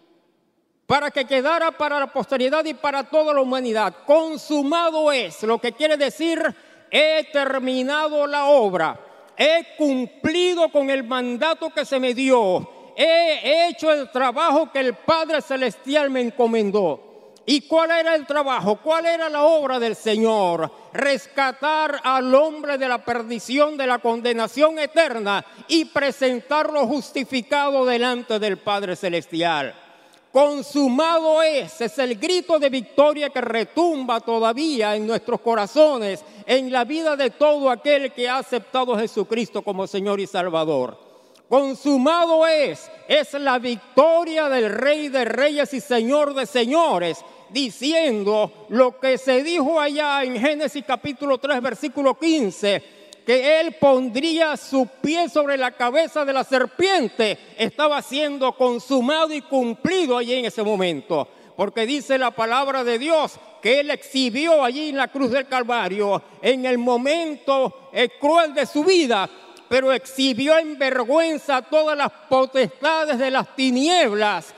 Para que quedara para la posteridad y para toda la humanidad. Consumado es, lo que quiere decir: he terminado la obra. He cumplido con el mandato que se me dio. He hecho el trabajo que el Padre Celestial me encomendó. ¿Y cuál era el trabajo? ¿Cuál era la obra del Señor? Rescatar al hombre de la perdición, de la condenación eterna, y presentarlo justificado delante del Padre Celestial. Consumado es, es el grito de victoria que retumba todavía en nuestros corazones, en la vida de todo aquel que ha aceptado a Jesucristo como Señor y Salvador. Consumado es, es la victoria del Rey de Reyes y Señor de Señores, diciendo lo que se dijo allá en Génesis capítulo tres, versículo quince, que él pondría su pie sobre la cabeza de la serpiente. Estaba siendo consumado y cumplido allí en ese momento, porque dice la palabra de Dios que él exhibió allí en la cruz del Calvario, en el momento eh, cruel de su vida, pero exhibió en vergüenza todas las potestades de las tinieblas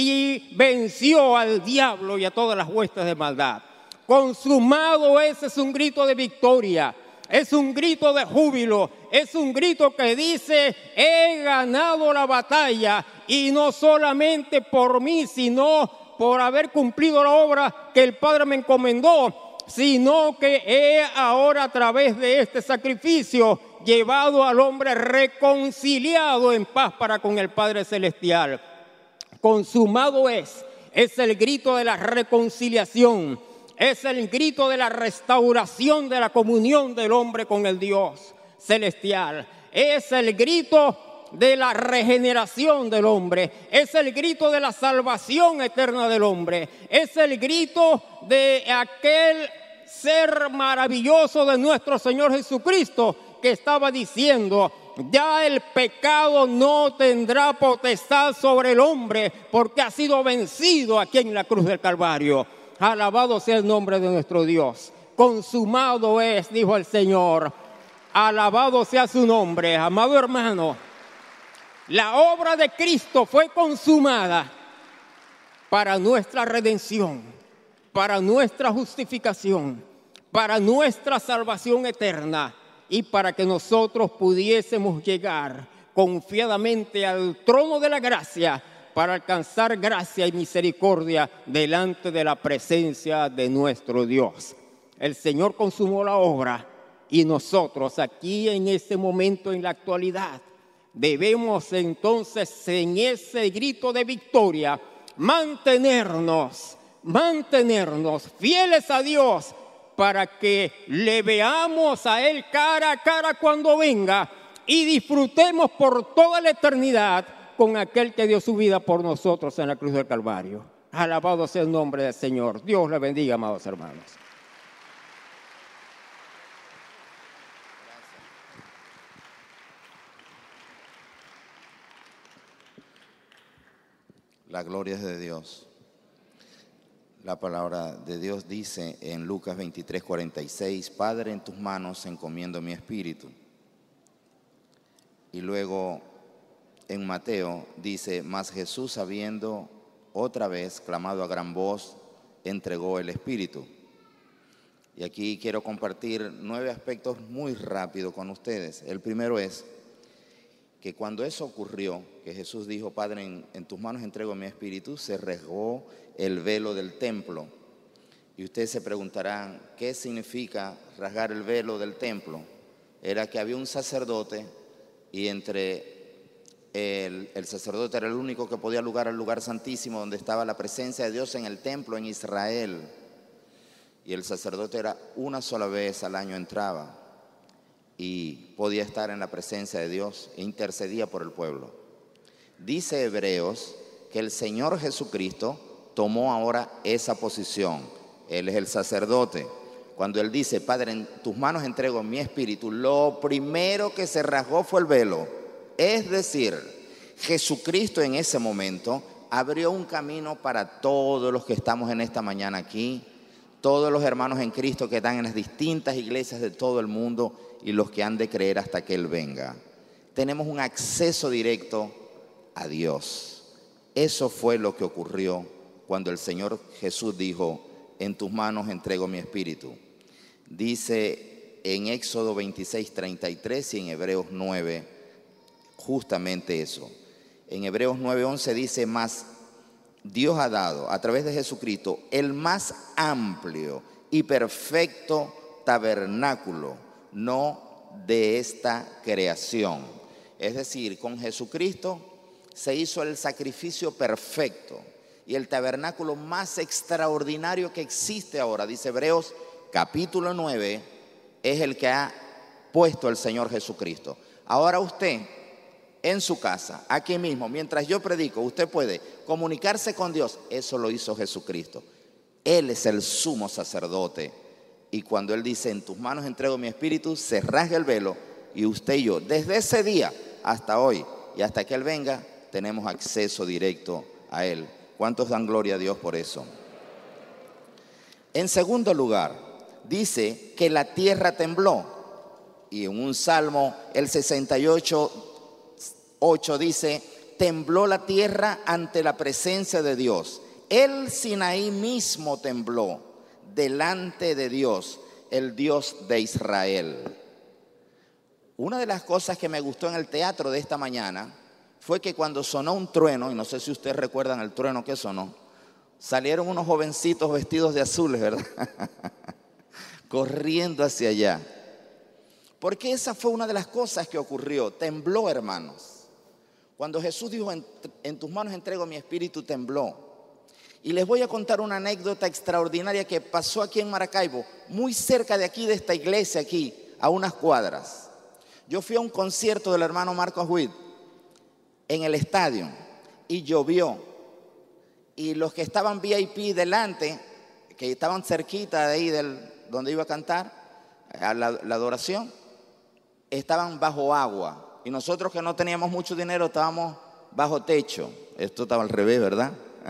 y venció al diablo y a todas las huestes de maldad. Consumado ese es un grito de victoria. Es un grito de júbilo, es un grito que dice: he ganado la batalla, y no solamente por mí, sino por haber cumplido la obra que el Padre me encomendó, sino que he ahora, a través de este sacrificio, llevado al hombre reconciliado en paz para con el Padre Celestial. Consumado es, es el grito de la reconciliación. Es el grito de la restauración de la comunión del hombre con el Dios celestial. Es el grito de la regeneración del hombre. Es el grito de la salvación eterna del hombre. Es el grito de aquel ser maravilloso de nuestro Señor Jesucristo, que estaba diciendo: ya el pecado no tendrá potestad sobre el hombre, porque ha sido vencido aquí en la cruz del Calvario. Alabado sea el nombre de nuestro Dios. Consumado es, dijo el Señor. Alabado sea su nombre. Amado hermano, la obra de Cristo fue consumada para nuestra redención, para nuestra justificación, para nuestra salvación eterna, y para que nosotros pudiésemos llegar confiadamente al trono de la gracia, para alcanzar gracia y misericordia delante de la presencia de nuestro Dios. El Señor consumó la obra, y nosotros aquí en este momento, en la actualidad, debemos entonces en ese grito de victoria mantenernos, mantenernos fieles a Dios, para que le veamos a Él cara a cara cuando venga, y disfrutemos por toda la eternidad con aquel que dio su vida por nosotros en la cruz del Calvario. Alabado sea el nombre del Señor. Dios le bendiga, amados hermanos. La gloria es de Dios. La palabra de Dios dice en Lucas veintitrés, cuarenta y seis: Padre, en tus manos encomiendo mi espíritu. Y luego en Mateo dice: mas Jesús, habiendo otra vez clamado a gran voz, entregó el Espíritu. Y aquí quiero compartir nueve aspectos muy rápido con ustedes. El primero es que cuando eso ocurrió, que Jesús dijo, Padre, en, en tus manos entrego mi espíritu, se rasgó el velo del templo. Y ustedes se preguntarán, ¿qué significa rasgar el velo del templo? Era que había un sacerdote y entre el, el sacerdote era el único que podía lugar al lugar santísimo donde estaba la presencia de Dios en el templo en Israel. Y el sacerdote era una sola vez al año entraba y podía estar en la presencia de Dios e intercedía por el pueblo. Dice Hebreos que el Señor Jesucristo tomó ahora esa posición. Él es el sacerdote. Cuando Él dice, Padre, en tus manos entrego mi espíritu, lo primero que se rasgó fue el velo. Es decir, Jesucristo en ese momento abrió un camino para todos los que estamos en esta mañana aquí, todos los hermanos en Cristo que están en las distintas iglesias de todo el mundo y los que han de creer hasta que Él venga. Tenemos un acceso directo a Dios. Eso fue lo que ocurrió cuando el Señor Jesús dijo, en tus manos entrego mi espíritu. Dice en Éxodo veintiséis, treinta y tres y en Hebreos nueve, justamente eso. En Hebreos nueve, once dice, más Dios ha dado a través de Jesucristo el más amplio y perfecto tabernáculo, no de esta creación. Es decir, con Jesucristo se hizo el sacrificio perfecto y el tabernáculo más extraordinario que existe ahora, dice Hebreos capítulo nueve, es el que ha puesto el Señor Jesucristo. Ahora usted, en su casa, aquí mismo, mientras yo predico, usted puede comunicarse con Dios. Eso lo hizo Jesucristo. Él es el sumo sacerdote. Y cuando Él dice, en tus manos entrego mi espíritu, se rasga el velo y usted y yo, desde ese día hasta hoy y hasta que Él venga, tenemos acceso directo a Él. ¿Cuántos dan gloria a Dios por eso? En segundo lugar, dice que la tierra tembló. Y en un salmo, el sesenta y ocho, ocho dice, tembló la tierra ante la presencia de Dios. El Sinaí mismo tembló delante de Dios, el Dios de Israel. Una de las cosas que me gustó en el teatro de esta mañana fue que cuando sonó un trueno, y no sé si ustedes recuerdan el trueno que sonó, salieron unos jovencitos vestidos de azules, ¿verdad? Corriendo hacia allá. Porque esa fue una de las cosas que ocurrió. Tembló, hermanos. Cuando Jesús dijo, en, en tus manos entrego mi espíritu, tembló. Y les voy a contar una anécdota extraordinaria que pasó aquí en Maracaibo, muy cerca de aquí, de esta iglesia aquí, a unas cuadras. Yo fui a un concierto del hermano Marcos Witt en el estadio y llovió. Y los que estaban V I P delante, que estaban cerquita de ahí del, donde iba a cantar, a la, la adoración, estaban bajo agua. Y nosotros que no teníamos mucho dinero estábamos bajo techo. Esto estaba al revés, ¿verdad?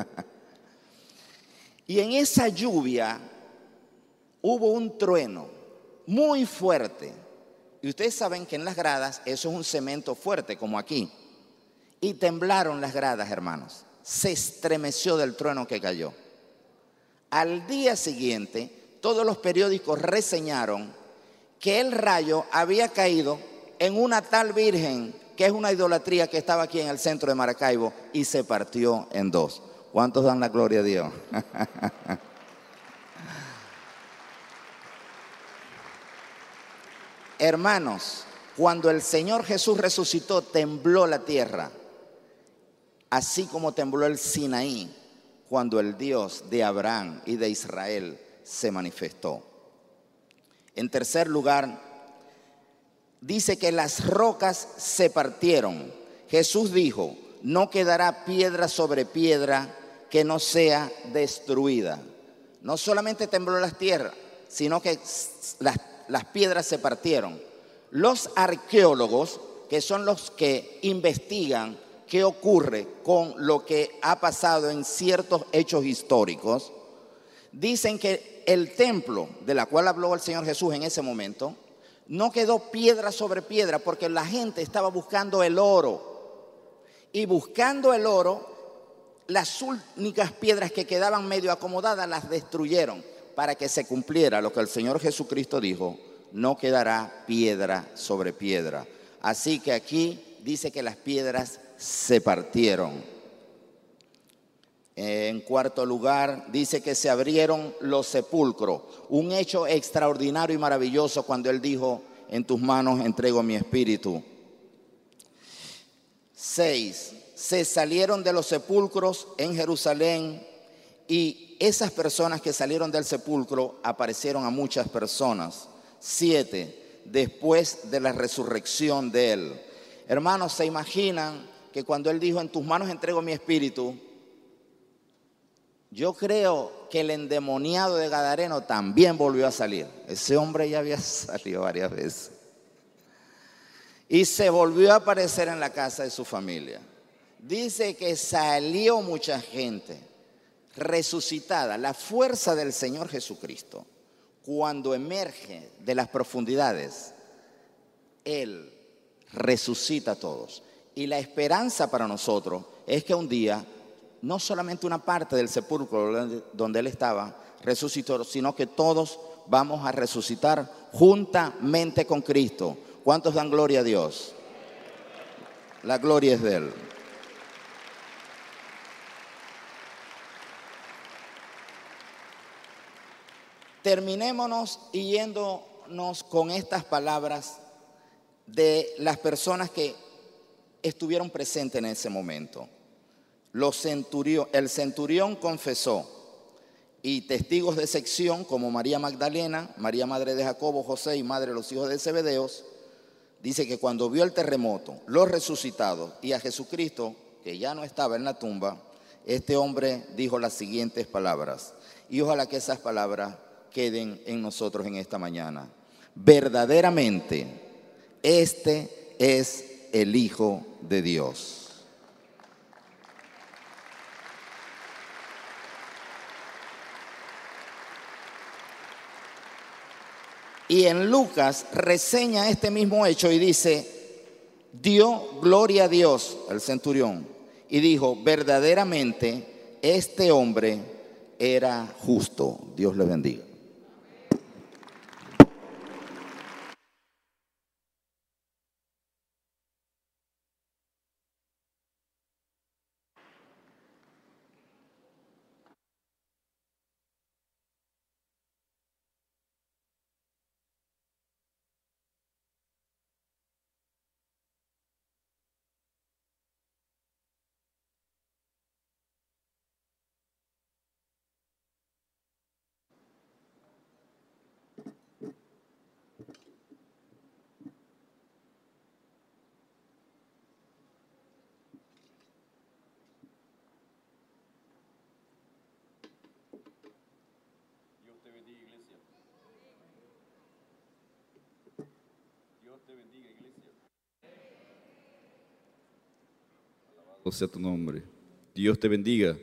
Y en esa lluvia hubo un trueno muy fuerte. Y ustedes saben que en las gradas eso es un cemento fuerte, como aquí. Y temblaron las gradas, hermanos. Se estremeció del trueno que cayó. Al día siguiente, todos los periódicos reseñaron que el rayo había caído en una tal virgen, que es una idolatría que estaba aquí en el centro de Maracaibo, y se partió en dos. ¿Cuántos dan la gloria a Dios? Hermanos, cuando el Señor Jesús resucitó, tembló la tierra, así como tembló el Sinaí, cuando el Dios de Abraham y de Israel se manifestó. En tercer lugar, dice que las rocas se partieron. Jesús dijo, no quedará piedra sobre piedra que no sea destruida. No solamente tembló la tierra, sino que las, las piedras se partieron. Los arqueólogos, que son los que investigan qué ocurre con lo que ha pasado en ciertos hechos históricos, dicen que el templo de la cual habló el Señor Jesús en ese momento no quedó piedra sobre piedra porque la gente estaba buscando el oro. Y buscando el oro, las únicas piedras que quedaban medio acomodadas las destruyeron para que se cumpliera lo que el Señor Jesucristo dijo: no quedará piedra sobre piedra. Así que aquí dice que las piedras se partieron. En cuarto lugar, dice que se abrieron los sepulcros. Un hecho extraordinario y maravilloso cuando Él dijo: en tus manos entrego mi espíritu. Seis, se salieron de los sepulcros en Jerusalén, y esas personas que salieron del sepulcro aparecieron a muchas personas. Siete, después de la resurrección de Él. Hermanos, ¿se imaginan que cuando Él dijo: en tus manos entrego mi espíritu? Yo creo que el endemoniado de Gadareno también volvió a salir. Ese hombre ya había salido varias veces. Y se volvió a aparecer en la casa de su familia. Dice que salió mucha gente resucitada. La fuerza del Señor Jesucristo, cuando emerge de las profundidades, Él resucita a todos. Y la esperanza para nosotros es que un día no solamente una parte del sepulcro donde Él estaba resucitó, sino que todos vamos a resucitar juntamente con Cristo. ¿Cuántos dan gloria a Dios? La gloria es de Él. Terminémonos y yéndonos con estas palabras de las personas que estuvieron presentes en ese momento. Los centurión, el centurión confesó, y testigos de sección como María Magdalena, María madre de Jacobo, José y madre de los hijos de Zebedeos, dice que cuando vio el terremoto, los resucitados y a Jesucristo, que ya no estaba en la tumba, este hombre dijo las siguientes palabras, y ojalá que esas palabras queden en nosotros en esta mañana. Verdaderamente, este es el Hijo de Dios. Y en Lucas reseña este mismo hecho y dice: dio gloria a Dios al centurión y dijo: verdaderamente este hombre era justo. Dios le bendiga. Sea tu nombre. Dios te bendiga.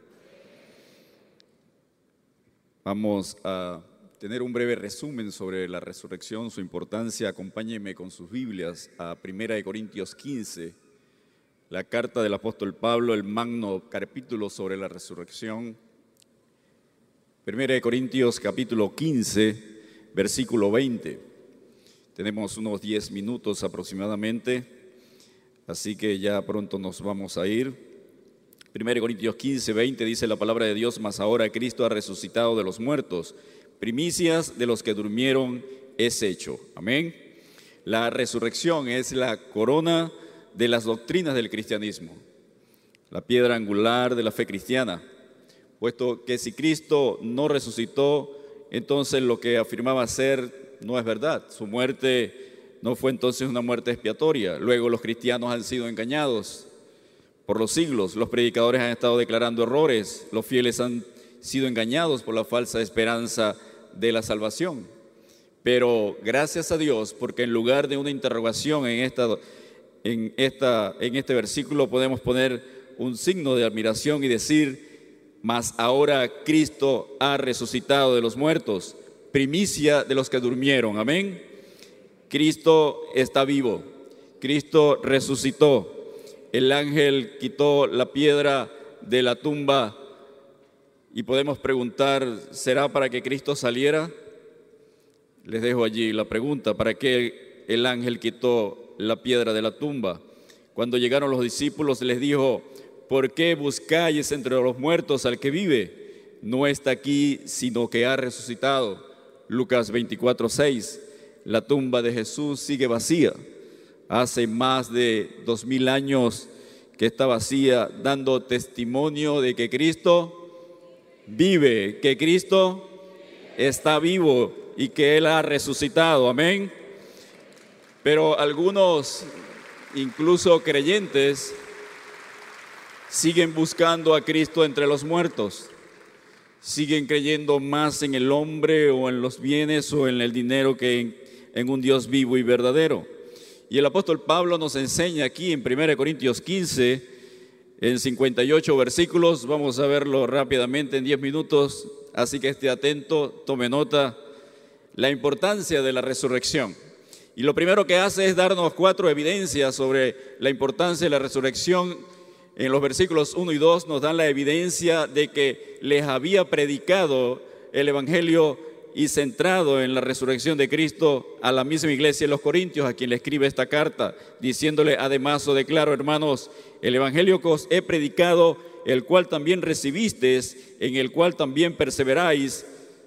Vamos a tener un breve resumen sobre la resurrección, su importancia. Acompáñenme con sus Biblias a Primera de Corintios quince, la carta del apóstol Pablo, el magno capítulo sobre la resurrección. Primera de Corintios capítulo quince, versículo veinte. Tenemos unos diez minutos aproximadamente, así que ya pronto nos vamos a ir. Primera de Corintios quince, veinte dice la palabra de Dios: mas ahora Cristo ha resucitado de los muertos, primicias de los que durmieron es hecho. Amén. La resurrección es la corona de las doctrinas del cristianismo, la piedra angular de la fe cristiana, puesto que si Cristo no resucitó, entonces lo que afirmaba ser no es verdad. Su muerte no fue entonces una muerte expiatoria. Luego los cristianos han sido engañados por los siglos. Los predicadores han estado declarando errores. Los fieles han sido engañados por la falsa esperanza de la salvación. Pero gracias a Dios, porque en lugar de una interrogación en, esta, en, esta, en este versículo podemos poner un signo de admiración y decir: mas ahora Cristo ha resucitado de los muertos, primicia de los que durmieron. Amén. Cristo está vivo, Cristo resucitó. El ángel quitó la piedra de la tumba y podemos preguntar, ¿será para que Cristo saliera? Les dejo allí la pregunta, ¿para qué el ángel quitó la piedra de la tumba? Cuando llegaron los discípulos les dijo, ¿por qué buscáis entre los muertos al que vive? No está aquí, sino que ha resucitado. Lucas veinticuatro, seis. La tumba de Jesús sigue vacía. Hace más de dos mil años que está vacía, dando testimonio de que Cristo vive, que Cristo está vivo y que Él ha resucitado. Amén. Pero algunos, incluso creyentes, siguen buscando a Cristo entre los muertos. Siguen creyendo más en el hombre o en los bienes o en el dinero que en, en un Dios vivo y verdadero. Y el apóstol Pablo nos enseña aquí en primera de Corintios quince, en cincuenta y ocho versículos, vamos a verlo rápidamente en diez minutos, así que esté atento, tome nota, la importancia de la resurrección. Y lo primero que hace es darnos cuatro evidencias sobre la importancia de la resurrección. En los versículos uno y dos nos dan la evidencia de que les había predicado el Evangelio y centrado en la resurrección de Cristo a la misma iglesia de los Corintios, a quien le escribe esta carta, diciéndole además, os declaro, hermanos, el Evangelio que os he predicado, el cual también recibisteis, en el cual también perseveráis,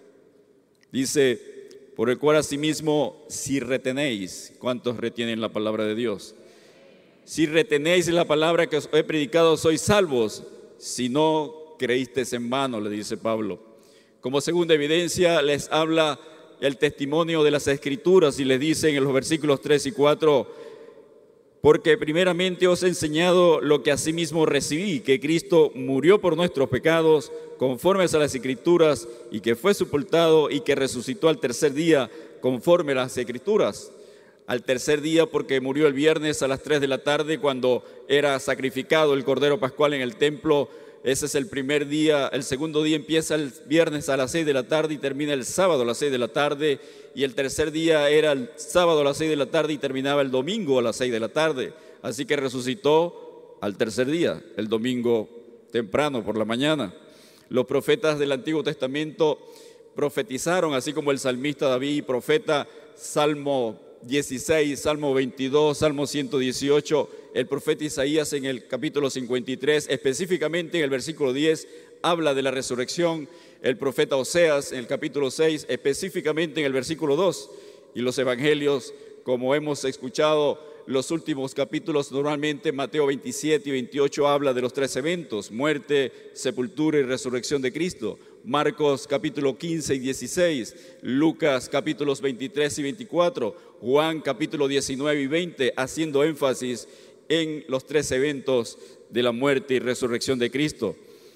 dice, por el cual asimismo, si retenéis, ¿cuántos retienen la palabra de Dios? Si retenéis la palabra que os he predicado, sois salvos, si no creísteis en vano, le dice Pablo. Como segunda evidencia les habla el testimonio de las Escrituras y les dice en los versículos tres y cuatro, porque primeramente os he enseñado lo que asimismo recibí, que Cristo murió por nuestros pecados, conforme a las Escrituras, y que fue sepultado y que resucitó al tercer día, conforme a las Escrituras. Al tercer día porque murió el viernes a las tres de la tarde cuando era sacrificado el Cordero Pascual en el templo. Ese es el primer día. El segundo día empieza el viernes a las seis de la tarde y termina el sábado a las seis de la tarde. Y el tercer día era el sábado a las seis de la tarde y terminaba el domingo a las seis de la tarde. Así que resucitó al tercer día, el domingo temprano por la mañana. Los profetas del Antiguo Testamento profetizaron, así como el salmista David, profeta, Salmo dieciséis, Salmo veintidós, Salmo ciento dieciocho, el profeta Isaías en el capítulo cincuenta y tres, específicamente en el versículo diez, habla de la resurrección. El profeta Oseas en el capítulo seis, específicamente en el versículo dos, y los evangelios, como hemos escuchado los últimos capítulos, normalmente Mateo veintisiete y veintiocho habla de los tres eventos, muerte, sepultura y resurrección de Cristo. Marcos capítulo quince y dieciséis, Lucas capítulos veintitrés y veinticuatro, Juan capítulo diecinueve y veinte, haciendo énfasis en los tres eventos de la muerte y resurrección de Cristo.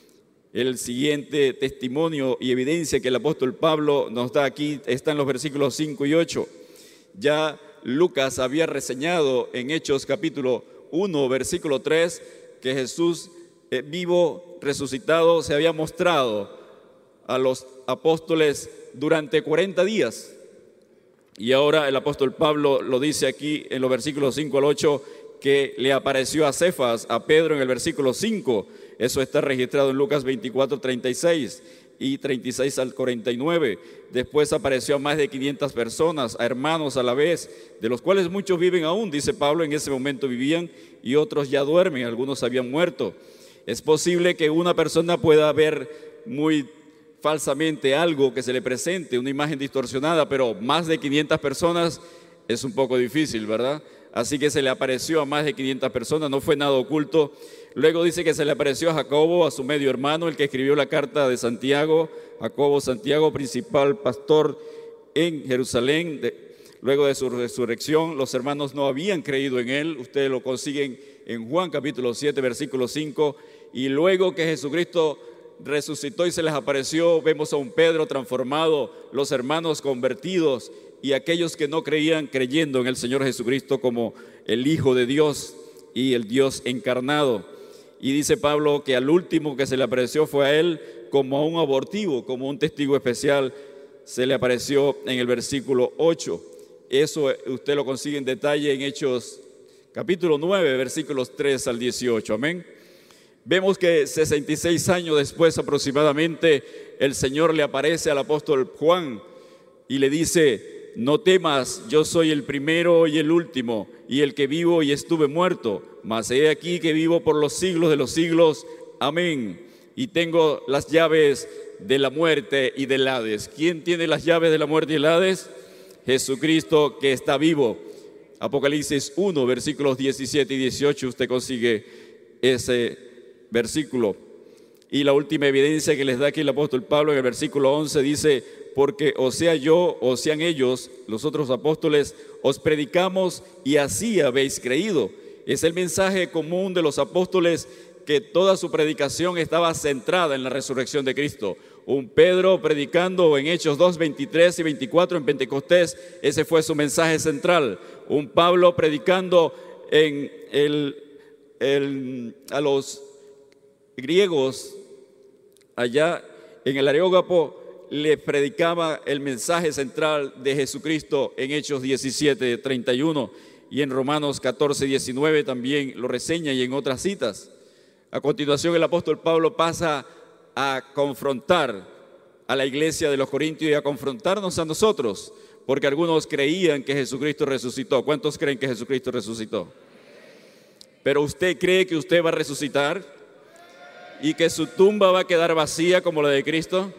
El siguiente testimonio y evidencia que el apóstol Pablo nos da aquí está en los versículos cinco y ocho. Ya Lucas había reseñado en Hechos capítulo uno, versículo tres, que Jesús eh, vivo, resucitado, se había mostrado a los apóstoles durante cuarenta días. Y ahora el apóstol Pablo lo dice aquí en los versículos cinco al ocho, que le apareció a Cefas, a Pedro en el versículo cinco. Eso está registrado en Lucas veinticuatro, treinta y seis y treinta y seis al cuarenta y nueve. Después apareció a más de quinientas personas, a hermanos a la vez, de los cuales muchos viven aún, dice Pablo, en ese momento vivían y otros ya duermen, algunos habían muerto. Es posible que una persona pueda ver muy falsamente algo que se le presente, una imagen distorsionada, pero más de quinientas personas es un poco difícil, ¿verdad? Así que se le apareció a más de quinientas personas, no fue nada oculto. Luego dice que se le apareció a Jacobo, a su medio hermano, el que escribió la carta de Santiago, Jacobo Santiago, principal pastor en Jerusalén. De, luego de su resurrección, los hermanos no habían creído en él. Ustedes lo consiguen en Juan capítulo siete, versículo cinco. Y luego que Jesucristo resucitó y se les apareció, vemos a un Pedro transformado, los hermanos convertidos y aquellos que no creían creyendo en el Señor Jesucristo como el Hijo de Dios y el Dios encarnado. Y dice Pablo que al último que se le apareció fue a él como a un abortivo, como un testigo especial, se le apareció en el versículo ocho. Eso usted lo consigue en detalle en Hechos capítulo nueve, versículos tres al dieciocho. Amén. Vemos que sesenta y seis años después aproximadamente, el Señor le aparece al apóstol Juan y le dice: no temas, yo soy el primero y el último, y el que vivo y estuve muerto, mas he aquí que vivo por los siglos de los siglos. Amén. Y tengo las llaves de la muerte y del Hades. ¿Quién tiene las llaves de la muerte y del Hades? Jesucristo, que está vivo. Apocalipsis uno, versículos diecisiete y dieciocho, usted consigue ese versículo. Y la última evidencia que les da aquí el apóstol Pablo en el versículo once dice: porque o sea yo o sean ellos, los otros apóstoles, os predicamos y así habéis creído. Es el mensaje común de los apóstoles, que toda su predicación estaba centrada en la resurrección de Cristo. Un Pedro predicando en Hechos dos, veintitrés y veinticuatro en Pentecostés, ese fue su mensaje central. Un Pablo predicando en el, el, a los griegos allá en el Areópago, le predicaba el mensaje central de Jesucristo en Hechos diecisiete, treinta y uno, y en Romanos catorce, diecinueve también lo reseña, y en otras citas. A continuación, el apóstol Pablo pasa a confrontar a la iglesia de los Corintios y a confrontarnos a nosotros, porque algunos creían que Jesucristo resucitó. ¿Cuántos creen que Jesucristo resucitó? Pero ¿usted cree que usted va a resucitar y que su tumba va a quedar vacía como la de Cristo?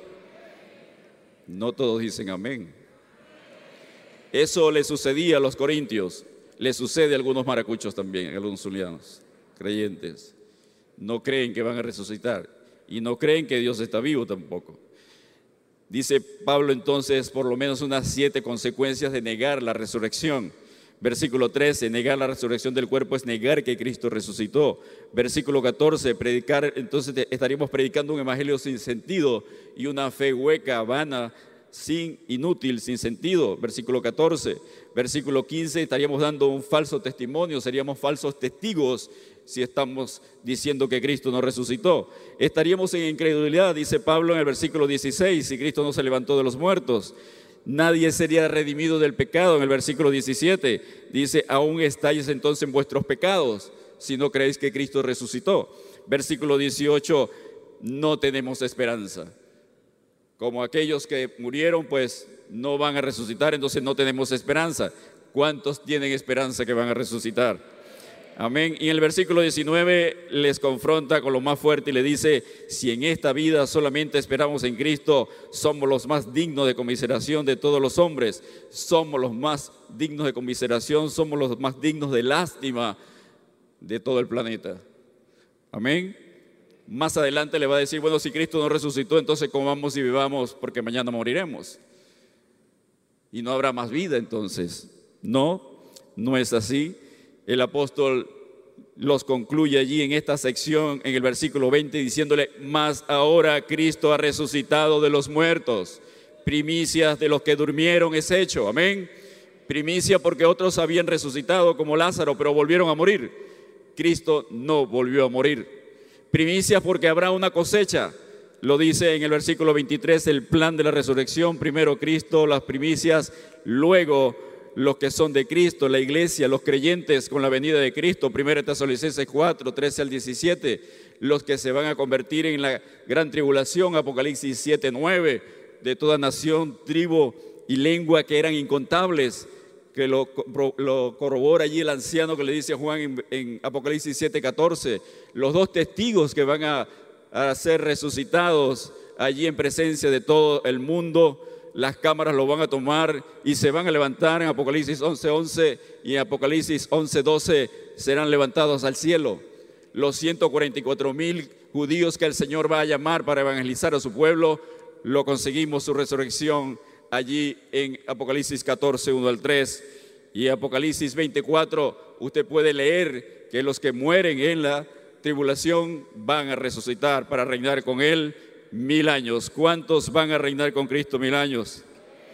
No todos dicen amén. Eso le sucedía a los corintios, le sucede a algunos maracuchos también, a algunos zulianos, creyentes. No creen que van a resucitar y no creen que Dios está vivo tampoco. Dice Pablo entonces por lo menos unas siete consecuencias de negar la resurrección. Versículo trece, negar la resurrección del cuerpo es negar que Cristo resucitó. Versículo catorce, predicar, entonces estaríamos predicando un evangelio sin sentido y una fe hueca, vana, sin, inútil, sin sentido. Versículo catorce. Versículo quince, estaríamos dando un falso testimonio, seríamos falsos testigos si estamos diciendo que Cristo no resucitó. Estaríamos en incredulidad, dice Pablo en el versículo dieciséis, si Cristo no se levantó de los muertos. Nadie sería redimido del pecado en el versículo diecisiete. Dice: aún estáis entonces en vuestros pecados si no creéis que Cristo resucitó. Versículo dieciocho, no tenemos esperanza. Como aquellos que murieron, pues no van a resucitar, entonces no tenemos esperanza. ¿Cuántos tienen esperanza que van a resucitar? Amén. Y en el versículo diecinueve les confronta con lo más fuerte y le dice: si en esta vida solamente esperamos en Cristo, somos los más dignos de conmiseración de todos los hombres. Somos los más dignos de conmiseración, somos los más dignos de lástima de todo el planeta. Amén. Más adelante le va a decir: bueno, si Cristo no resucitó, entonces comamos y bebamos porque mañana moriremos. Y no habrá más vida entonces. No, no es así. El apóstol los concluye allí en esta sección, en el versículo veinte, diciéndole: mas ahora Cristo ha resucitado de los muertos, primicias de los que durmieron es hecho. Amén. Primicia porque otros habían resucitado como Lázaro, pero volvieron a morir. Cristo no volvió a morir. Primicia porque habrá una cosecha. Lo dice en el versículo veintitrés, el plan de la resurrección: primero Cristo, las primicias, luego los que son de Cristo, la iglesia, los creyentes con la venida de Cristo. Primera Tesalonicenses cuatro, trece al diecisiete, los que se van a convertir en la gran tribulación. Apocalipsis siete, nueve, de toda nación, tribu y lengua, que eran incontables, que lo, lo corrobora allí el anciano que le dice a Juan en, en Apocalipsis siete, catorce, los dos testigos que van a, a ser resucitados allí en presencia de todo el mundo. Las cámaras lo van a tomar y se van a levantar. En Apocalipsis once, once y en Apocalipsis once, doce serán levantados al cielo. Los ciento cuarenta y cuatro mil judíos que el Señor va a llamar para evangelizar a su pueblo, lo conseguimos su resurrección allí en Apocalipsis catorce, uno al tres. Y Apocalipsis veinticuatro, usted puede leer que los que mueren en la tribulación van a resucitar para reinar con Él mil años. ¿Cuántos van a reinar con Cristo mil años?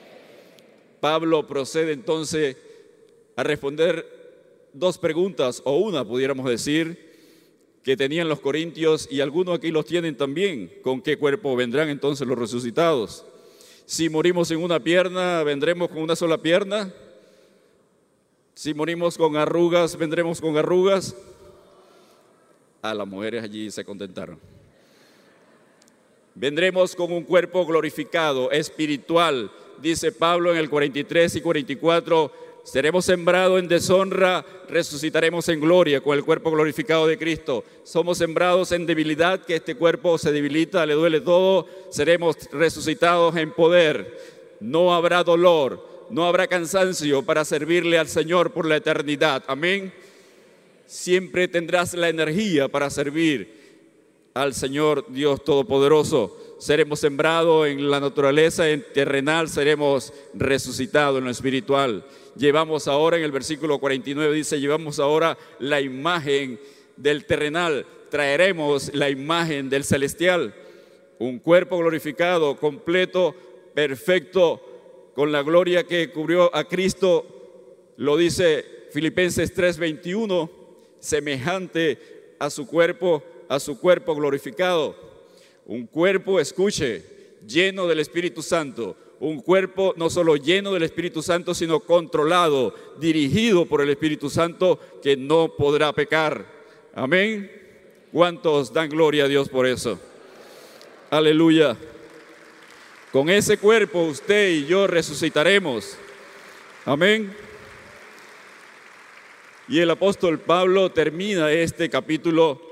Pablo procede entonces a responder dos preguntas, o una pudiéramos decir, que tenían los corintios, y algunos aquí los tienen también. ¿Con qué cuerpo vendrán entonces los resucitados? Si morimos en una pierna, ¿vendremos con una sola pierna? Si morimos con arrugas, ¿vendremos con arrugas? A las mujeres allí se contentaron. Vendremos con un cuerpo glorificado, espiritual. Dice Pablo en el cuarenta y tres y cuarenta y cuatro, seremos sembrados en deshonra, resucitaremos en gloria con el cuerpo glorificado de Cristo. Somos sembrados en debilidad, que este cuerpo se debilita, le duele todo. Seremos resucitados en poder. No habrá dolor, no habrá cansancio para servirle al Señor por la eternidad. Amén. Siempre tendrás la energía para servir al Señor Dios Todopoderoso. Seremos sembrados en la naturaleza, en terrenal, seremos resucitados en lo espiritual. Llevamos ahora, en el versículo cuarenta y nueve dice, llevamos ahora la imagen del terrenal, traeremos la imagen del celestial. Un cuerpo glorificado, completo, perfecto, con la gloria que cubrió a Cristo, lo dice Filipenses tres veintiuno, semejante a su cuerpo, a su cuerpo glorificado. Un cuerpo, escuche, lleno del Espíritu Santo. Un cuerpo no solo lleno del Espíritu Santo, sino controlado, dirigido por el Espíritu Santo, que no podrá pecar. Amén. ¿Cuántos dan gloria a Dios por eso? Aleluya. Con ese cuerpo usted y yo resucitaremos. Amén. Y el apóstol Pablo termina este capítulo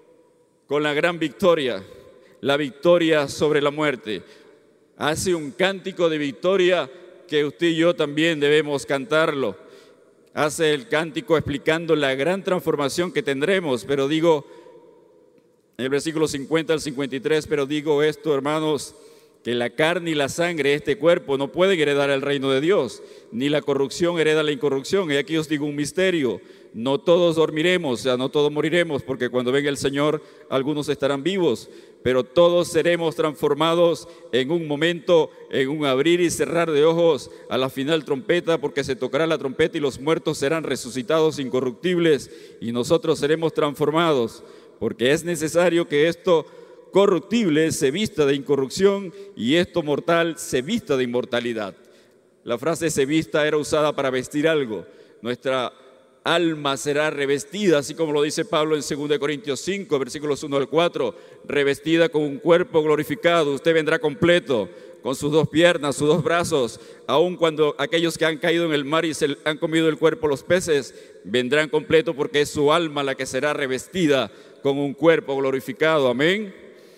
con la gran victoria, la victoria sobre la muerte. Hace un cántico de victoria que usted y yo también debemos cantarlo. Hace el cántico explicando la gran transformación que tendremos, pero digo, en el versículo cincuenta al cincuenta y tres, pero digo esto, hermanos, que la carne y la sangre, este cuerpo, no pueden heredar el reino de Dios, ni la corrupción hereda la incorrupción. Y aquí os digo un misterio: no todos dormiremos, o sea, no todos moriremos, porque cuando venga el Señor, algunos estarán vivos, pero todos seremos transformados en un momento, en un abrir y cerrar de ojos, a la final trompeta, porque se tocará la trompeta y los muertos serán resucitados incorruptibles, y nosotros seremos transformados, porque es necesario que esto corruptible se vista de incorrupción y esto mortal se vista de inmortalidad. La frase se vista era usada para vestir algo. Nuestra alma será revestida, así como lo dice Pablo en segunda de Corintios cinco, versículos uno al cuatro, revestida con un cuerpo glorificado. Usted vendrá completo, con sus dos piernas, sus dos brazos, aun cuando aquellos que han caído en el mar y se han comido el cuerpo los peces, vendrán completo, porque es su alma la que será revestida con un cuerpo glorificado. Amén.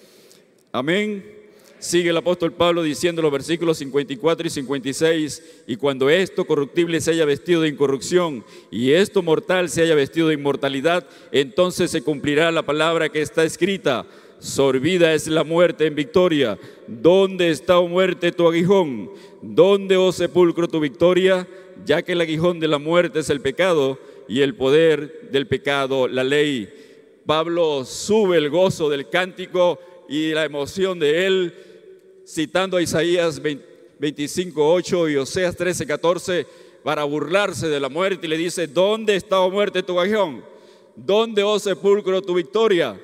Amén. Sigue el apóstol Pablo diciendo los versículos cincuenta y cuatro y cincuenta y seis, y cuando esto corruptible se haya vestido de incorrupción y esto mortal se haya vestido de inmortalidad, entonces se cumplirá la palabra que está escrita: sorbida es la muerte en victoria. ¿Dónde está, oh muerte, tu aguijón? ¿Dónde, oh sepulcro, tu victoria? Ya que el aguijón de la muerte es el pecado y el poder del pecado la ley. Pablo sube el gozo del cántico y la emoción de él, citando a Isaías veinticinco ocho y Oseas trece catorce, para burlarse de la muerte, y le dice: ¿dónde está, oh muerte, tu aguijón? ¿Dónde, oh sepulcro, tu victoria?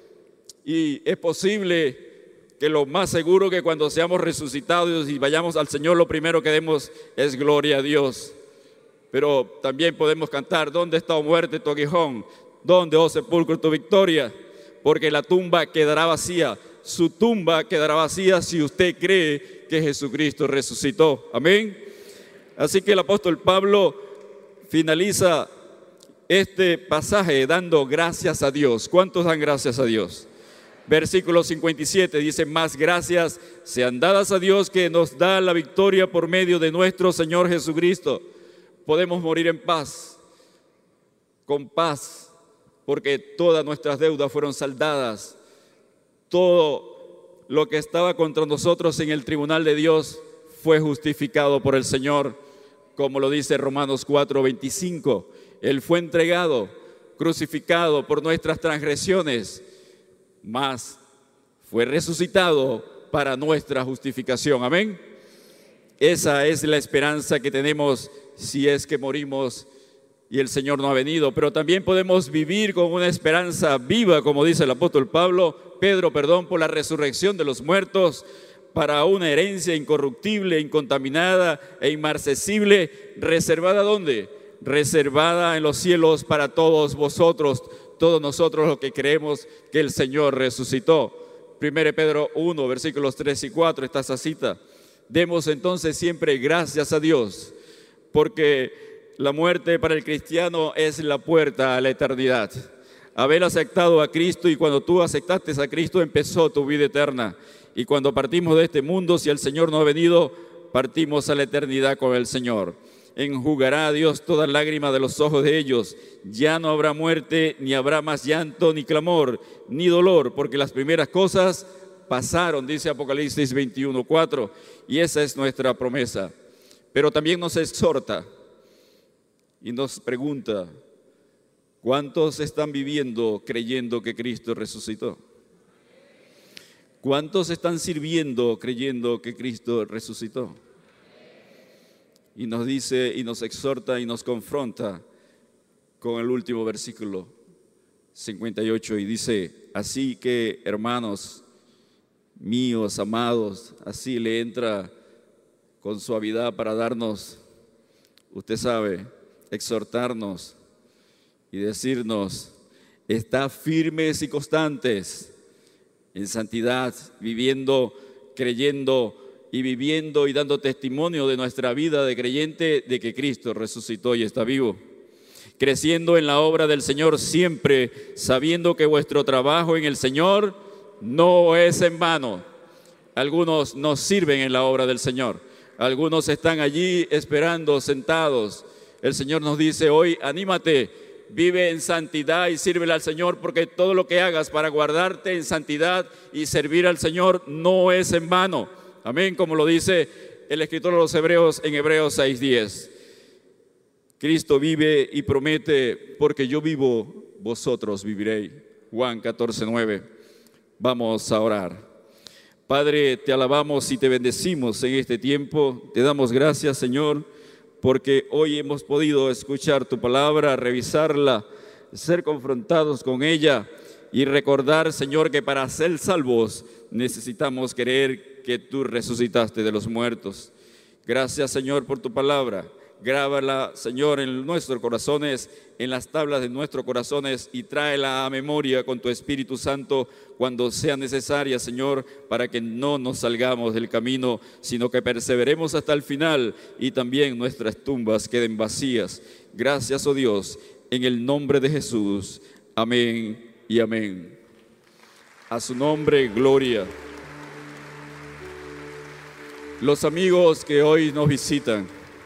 Y es posible que lo más seguro que cuando seamos resucitados y vayamos al Señor, lo primero que demos es gloria a Dios. Pero también podemos cantar: ¿dónde está, oh muerte, tu aguijón? ¿Dónde, oh sepulcro, tu victoria? Porque la tumba quedará vacía. Su tumba quedará vacía si usted cree que Jesucristo resucitó. Amén. Así que el apóstol Pablo finaliza este pasaje dando gracias a Dios. ¿Cuántos dan gracias a Dios? Versículo cincuenta y siete dice: más gracias sean dadas a Dios, que nos da la victoria por medio de nuestro Señor Jesucristo. Podemos morir en paz, con paz, porque todas nuestras deudas fueron saldadas. Todo lo que estaba contra nosotros en el tribunal de Dios fue justificado por el Señor, como lo dice Romanos cuatro veinticinco. Él fue entregado, crucificado por nuestras transgresiones, mas fue resucitado para nuestra justificación. Amén. Esa es la esperanza que tenemos si es que morimos y el Señor no ha venido. Pero también podemos vivir con una esperanza viva, como dice el apóstol Pablo, Pedro, perdón, por la resurrección de los muertos, para una herencia incorruptible, incontaminada e inmarcesible, reservada ¿dónde? Reservada en los cielos para todos vosotros. todos nosotros los que creemos que el Señor resucitó. Primero Pedro uno, versículos tres y cuatro, está esa cita. Demos entonces siempre gracias a Dios, porque la muerte para el cristiano es la puerta a la eternidad. Haber aceptado a Cristo, y cuando tú aceptaste a Cristo empezó tu vida eterna. Y cuando partimos de este mundo, si el Señor no ha venido, partimos a la eternidad con el Señor. Enjugará a Dios toda lágrima de los ojos de ellos. Ya no habrá muerte, ni habrá más llanto, ni clamor, ni dolor, porque las primeras cosas pasaron, dice Apocalipsis veintiuno, cuatro, y esa es nuestra promesa. Pero también nos exhorta y nos pregunta, ¿cuántos están viviendo creyendo que Cristo resucitó? ¿Cuántos están sirviendo creyendo que Cristo resucitó? Y nos dice y nos exhorta y nos confronta con el último versículo cincuenta y ocho, y dice: así que, hermanos míos, amados, así le entra con suavidad para darnos, usted sabe, exhortarnos y decirnos: está firmes y constantes en santidad, viviendo, creyendo y viviendo y dando testimonio de nuestra vida de creyente de que Cristo resucitó y está vivo. Creciendo en la obra del Señor siempre, sabiendo que vuestro trabajo en el Señor no es en vano. Algunos nos sirven en la obra del Señor. Algunos están allí esperando, sentados. El Señor nos dice hoy: anímate, vive en santidad y sírvele al Señor, porque todo lo que hagas para guardarte en santidad y servir al Señor no es en vano. Amén, como lo dice el escritor de los Hebreos en Hebreos seis diez. Cristo vive y promete: porque yo vivo, vosotros viviréis. Juan catorce nueve. Vamos a orar. Padre, te alabamos y te bendecimos en este tiempo. Te damos gracias, Señor, porque hoy hemos podido escuchar tu palabra, revisarla, ser confrontados con ella y recordar, Señor, que para ser salvos necesitamos creer que tú resucitaste de los muertos. Gracias, Señor, por tu palabra. Grábala, Señor, en nuestros corazones, en las tablas de nuestros corazones, y tráela a memoria con tu Espíritu Santo cuando sea necesaria, Señor, para que no nos salgamos del camino, sino que perseveremos hasta el final y también nuestras tumbas queden vacías. Gracias, oh Dios, en el nombre de Jesús. Amén y amén. A su nombre, gloria. Los amigos que hoy nos visitan,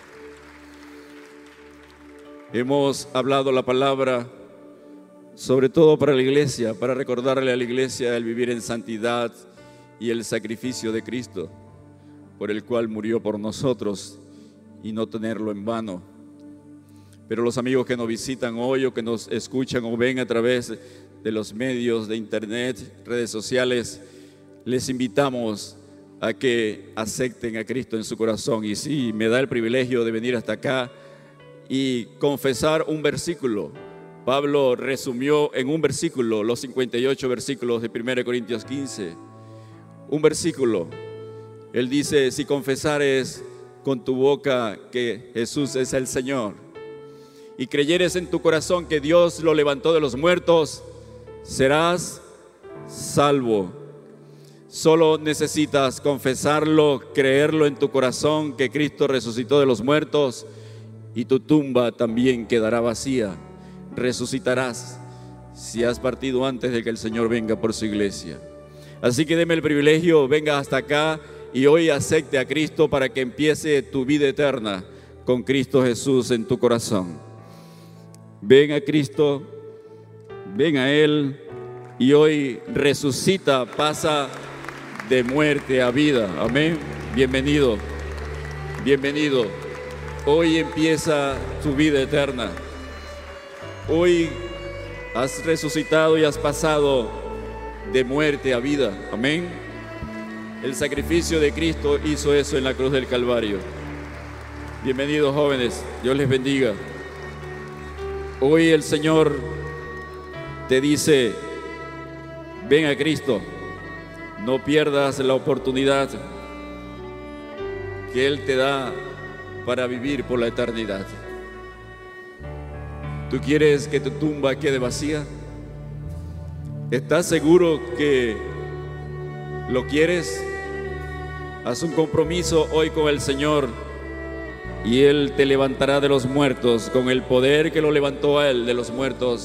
hemos hablado la palabra sobre todo para la iglesia, para recordarle a la iglesia el vivir en santidad y el sacrificio de Cristo, por el cual murió por nosotros, y no tenerlo en vano. Pero los amigos que nos visitan hoy, o que nos escuchan o ven a través de los medios de internet, redes sociales, les invitamos a que acepten a Cristo en su corazón. Y sí, me da el privilegio de venir hasta acá y confesar un versículo. Pablo resumió en un versículo los cincuenta y ocho versículos de primera Corintios quince. Un versículo. Él dice: si confesares con tu boca que Jesús es el Señor y creyeres en tu corazón que Dios lo levantó de los muertos, serás salvo. Solo necesitas confesarlo, creerlo en tu corazón que Cristo resucitó de los muertos, y tu tumba también quedará vacía. Resucitarás si has partido antes de que el Señor venga por su iglesia. Así que deme el privilegio, venga hasta acá y hoy acepte a Cristo para que empiece tu vida eterna con Cristo Jesús en tu corazón. Ven a Cristo, ven a Él, y hoy resucita, pasa de muerte a vida. Amén. Bienvenido, bienvenido. Hoy empieza tu vida eterna. Hoy has resucitado y has pasado de muerte a vida. Amén. El sacrificio de Cristo hizo eso en la cruz del Calvario. Bienvenidos, jóvenes. Dios les bendiga. Hoy el Señor te dice: ven a Cristo. No pierdas la oportunidad que Él te da para vivir por la eternidad. ¿Tú quieres que tu tumba quede vacía? ¿Estás seguro que lo quieres? Haz un compromiso hoy con el Señor y Él te levantará de los muertos con el poder que lo levantó a Él de los muertos.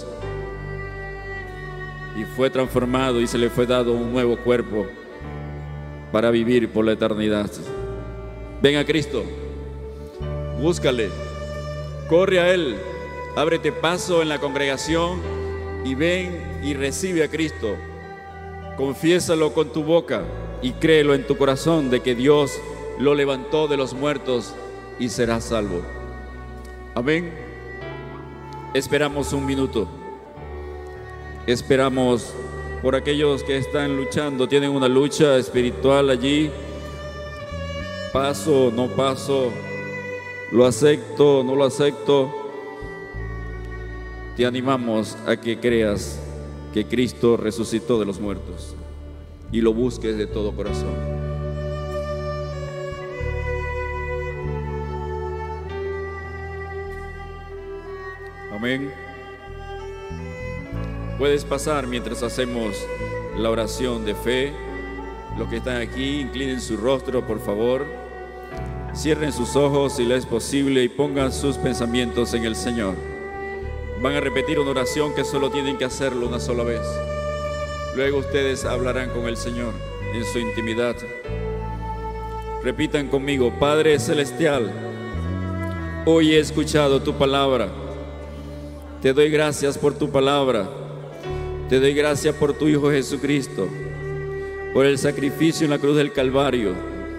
Y fue transformado y se le fue dado un nuevo cuerpo para vivir por la eternidad. Ven a Cristo, búscale, corre a Él, ábrete paso en la congregación y ven y recibe a Cristo. Confiésalo con tu boca y créelo en tu corazón de que Dios lo levantó de los muertos y serás salvo. Amén. Esperamos un minuto. Esperamos por aquellos que están luchando, tienen una lucha espiritual allí. Paso, no paso, lo acepto, no lo acepto. Te animamos a que creas que Cristo resucitó de los muertos y lo busques de todo corazón. Amén. Puedes pasar mientras hacemos la oración de fe. Los que están aquí, inclinen su rostro, por favor. Cierren sus ojos si les es posible y pongan sus pensamientos en el Señor. Van a repetir una oración que solo tienen que hacerlo una sola vez. Luego ustedes hablarán con el Señor en su intimidad. Repitan conmigo: Padre Celestial, hoy he escuchado tu palabra. Te doy gracias por tu palabra. Te doy gracias por tu Hijo Jesucristo, por el sacrificio en la cruz del Calvario.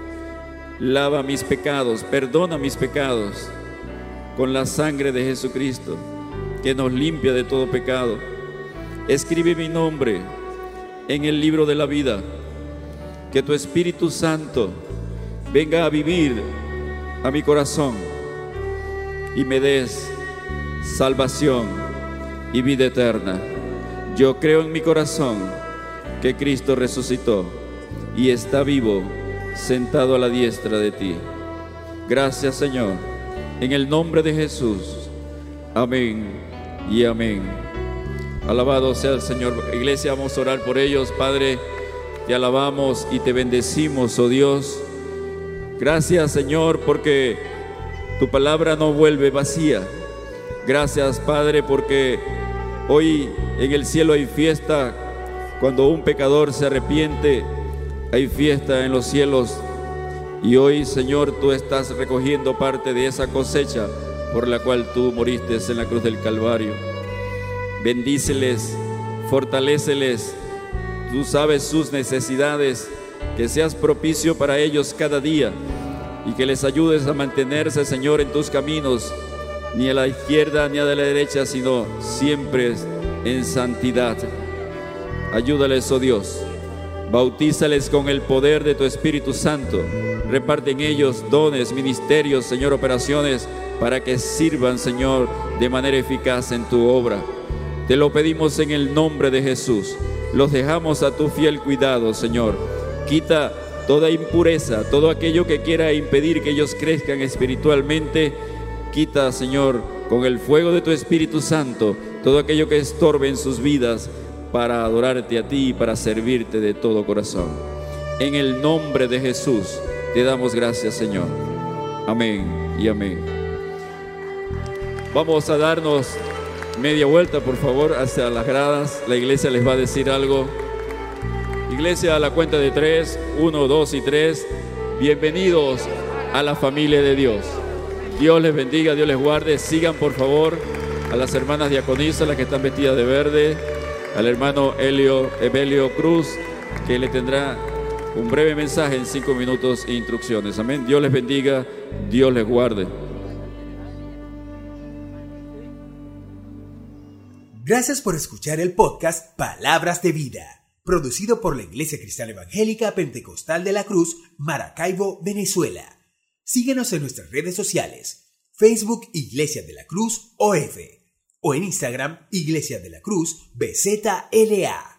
Lava mis pecados, perdona mis pecados con la sangre de Jesucristo, que nos limpia de todo pecado. Escribe mi nombre en el libro de la vida. Que tu Espíritu Santo venga a vivir a mi corazón y me des salvación y vida eterna. Yo creo en mi corazón que Cristo resucitó y está vivo, sentado a la diestra de ti. Gracias, Señor, en el nombre de Jesús. Amén y amén. Alabado sea el Señor. Iglesia, vamos a orar por ellos. Padre, te alabamos y te bendecimos, oh Dios. Gracias, Señor, porque tu palabra no vuelve vacía. Gracias, Padre, porque hoy en el cielo hay fiesta. Cuando un pecador se arrepiente, hay fiesta en los cielos. Y hoy, Señor, tú estás recogiendo parte de esa cosecha por la cual tú moriste en la cruz del Calvario. Bendíceles, fortaléceles. Tú sabes sus necesidades. Que seas propicio para ellos cada día y que les ayudes a mantenerse, Señor, en tus caminos, ni a la izquierda ni a la derecha, sino siempre en santidad. Ayúdales, oh Dios. Bautízales con el poder de tu Espíritu Santo. Reparte en ellos dones, ministerios, Señor, operaciones, para que sirvan, Señor, de manera eficaz en tu obra. Te lo pedimos en el nombre de Jesús. Los dejamos a tu fiel cuidado, Señor. Quita toda impureza, todo aquello que quiera impedir que ellos crezcan espiritualmente. Quita, Señor, con el fuego de tu Espíritu Santo, todo aquello que estorbe en sus vidas para adorarte a ti y para servirte de todo corazón. En el nombre de Jesús te damos gracias, Señor. Amén y amén. Vamos a darnos media vuelta, por favor, hacia las gradas. La iglesia les va a decir algo. Iglesia, a la cuenta de tres, uno, dos y tres. Bienvenidos a la familia de Dios. Dios les bendiga, Dios les guarde. Sigan, por favor, a las hermanas diaconisas, las que están vestidas de verde, al hermano Helio, Evelio Cruz, que le tendrá un breve mensaje en cinco minutos e instrucciones. Amén. Dios les bendiga, Dios les guarde. Gracias por escuchar el podcast Palabras de Vida, producido por la Iglesia Cristiana Evangélica Pentecostal de la Cruz, Maracaibo, Venezuela. Síguenos en nuestras redes sociales, Facebook Iglesia de la Cruz O F o en Instagram Iglesia de la Cruz B Z L A.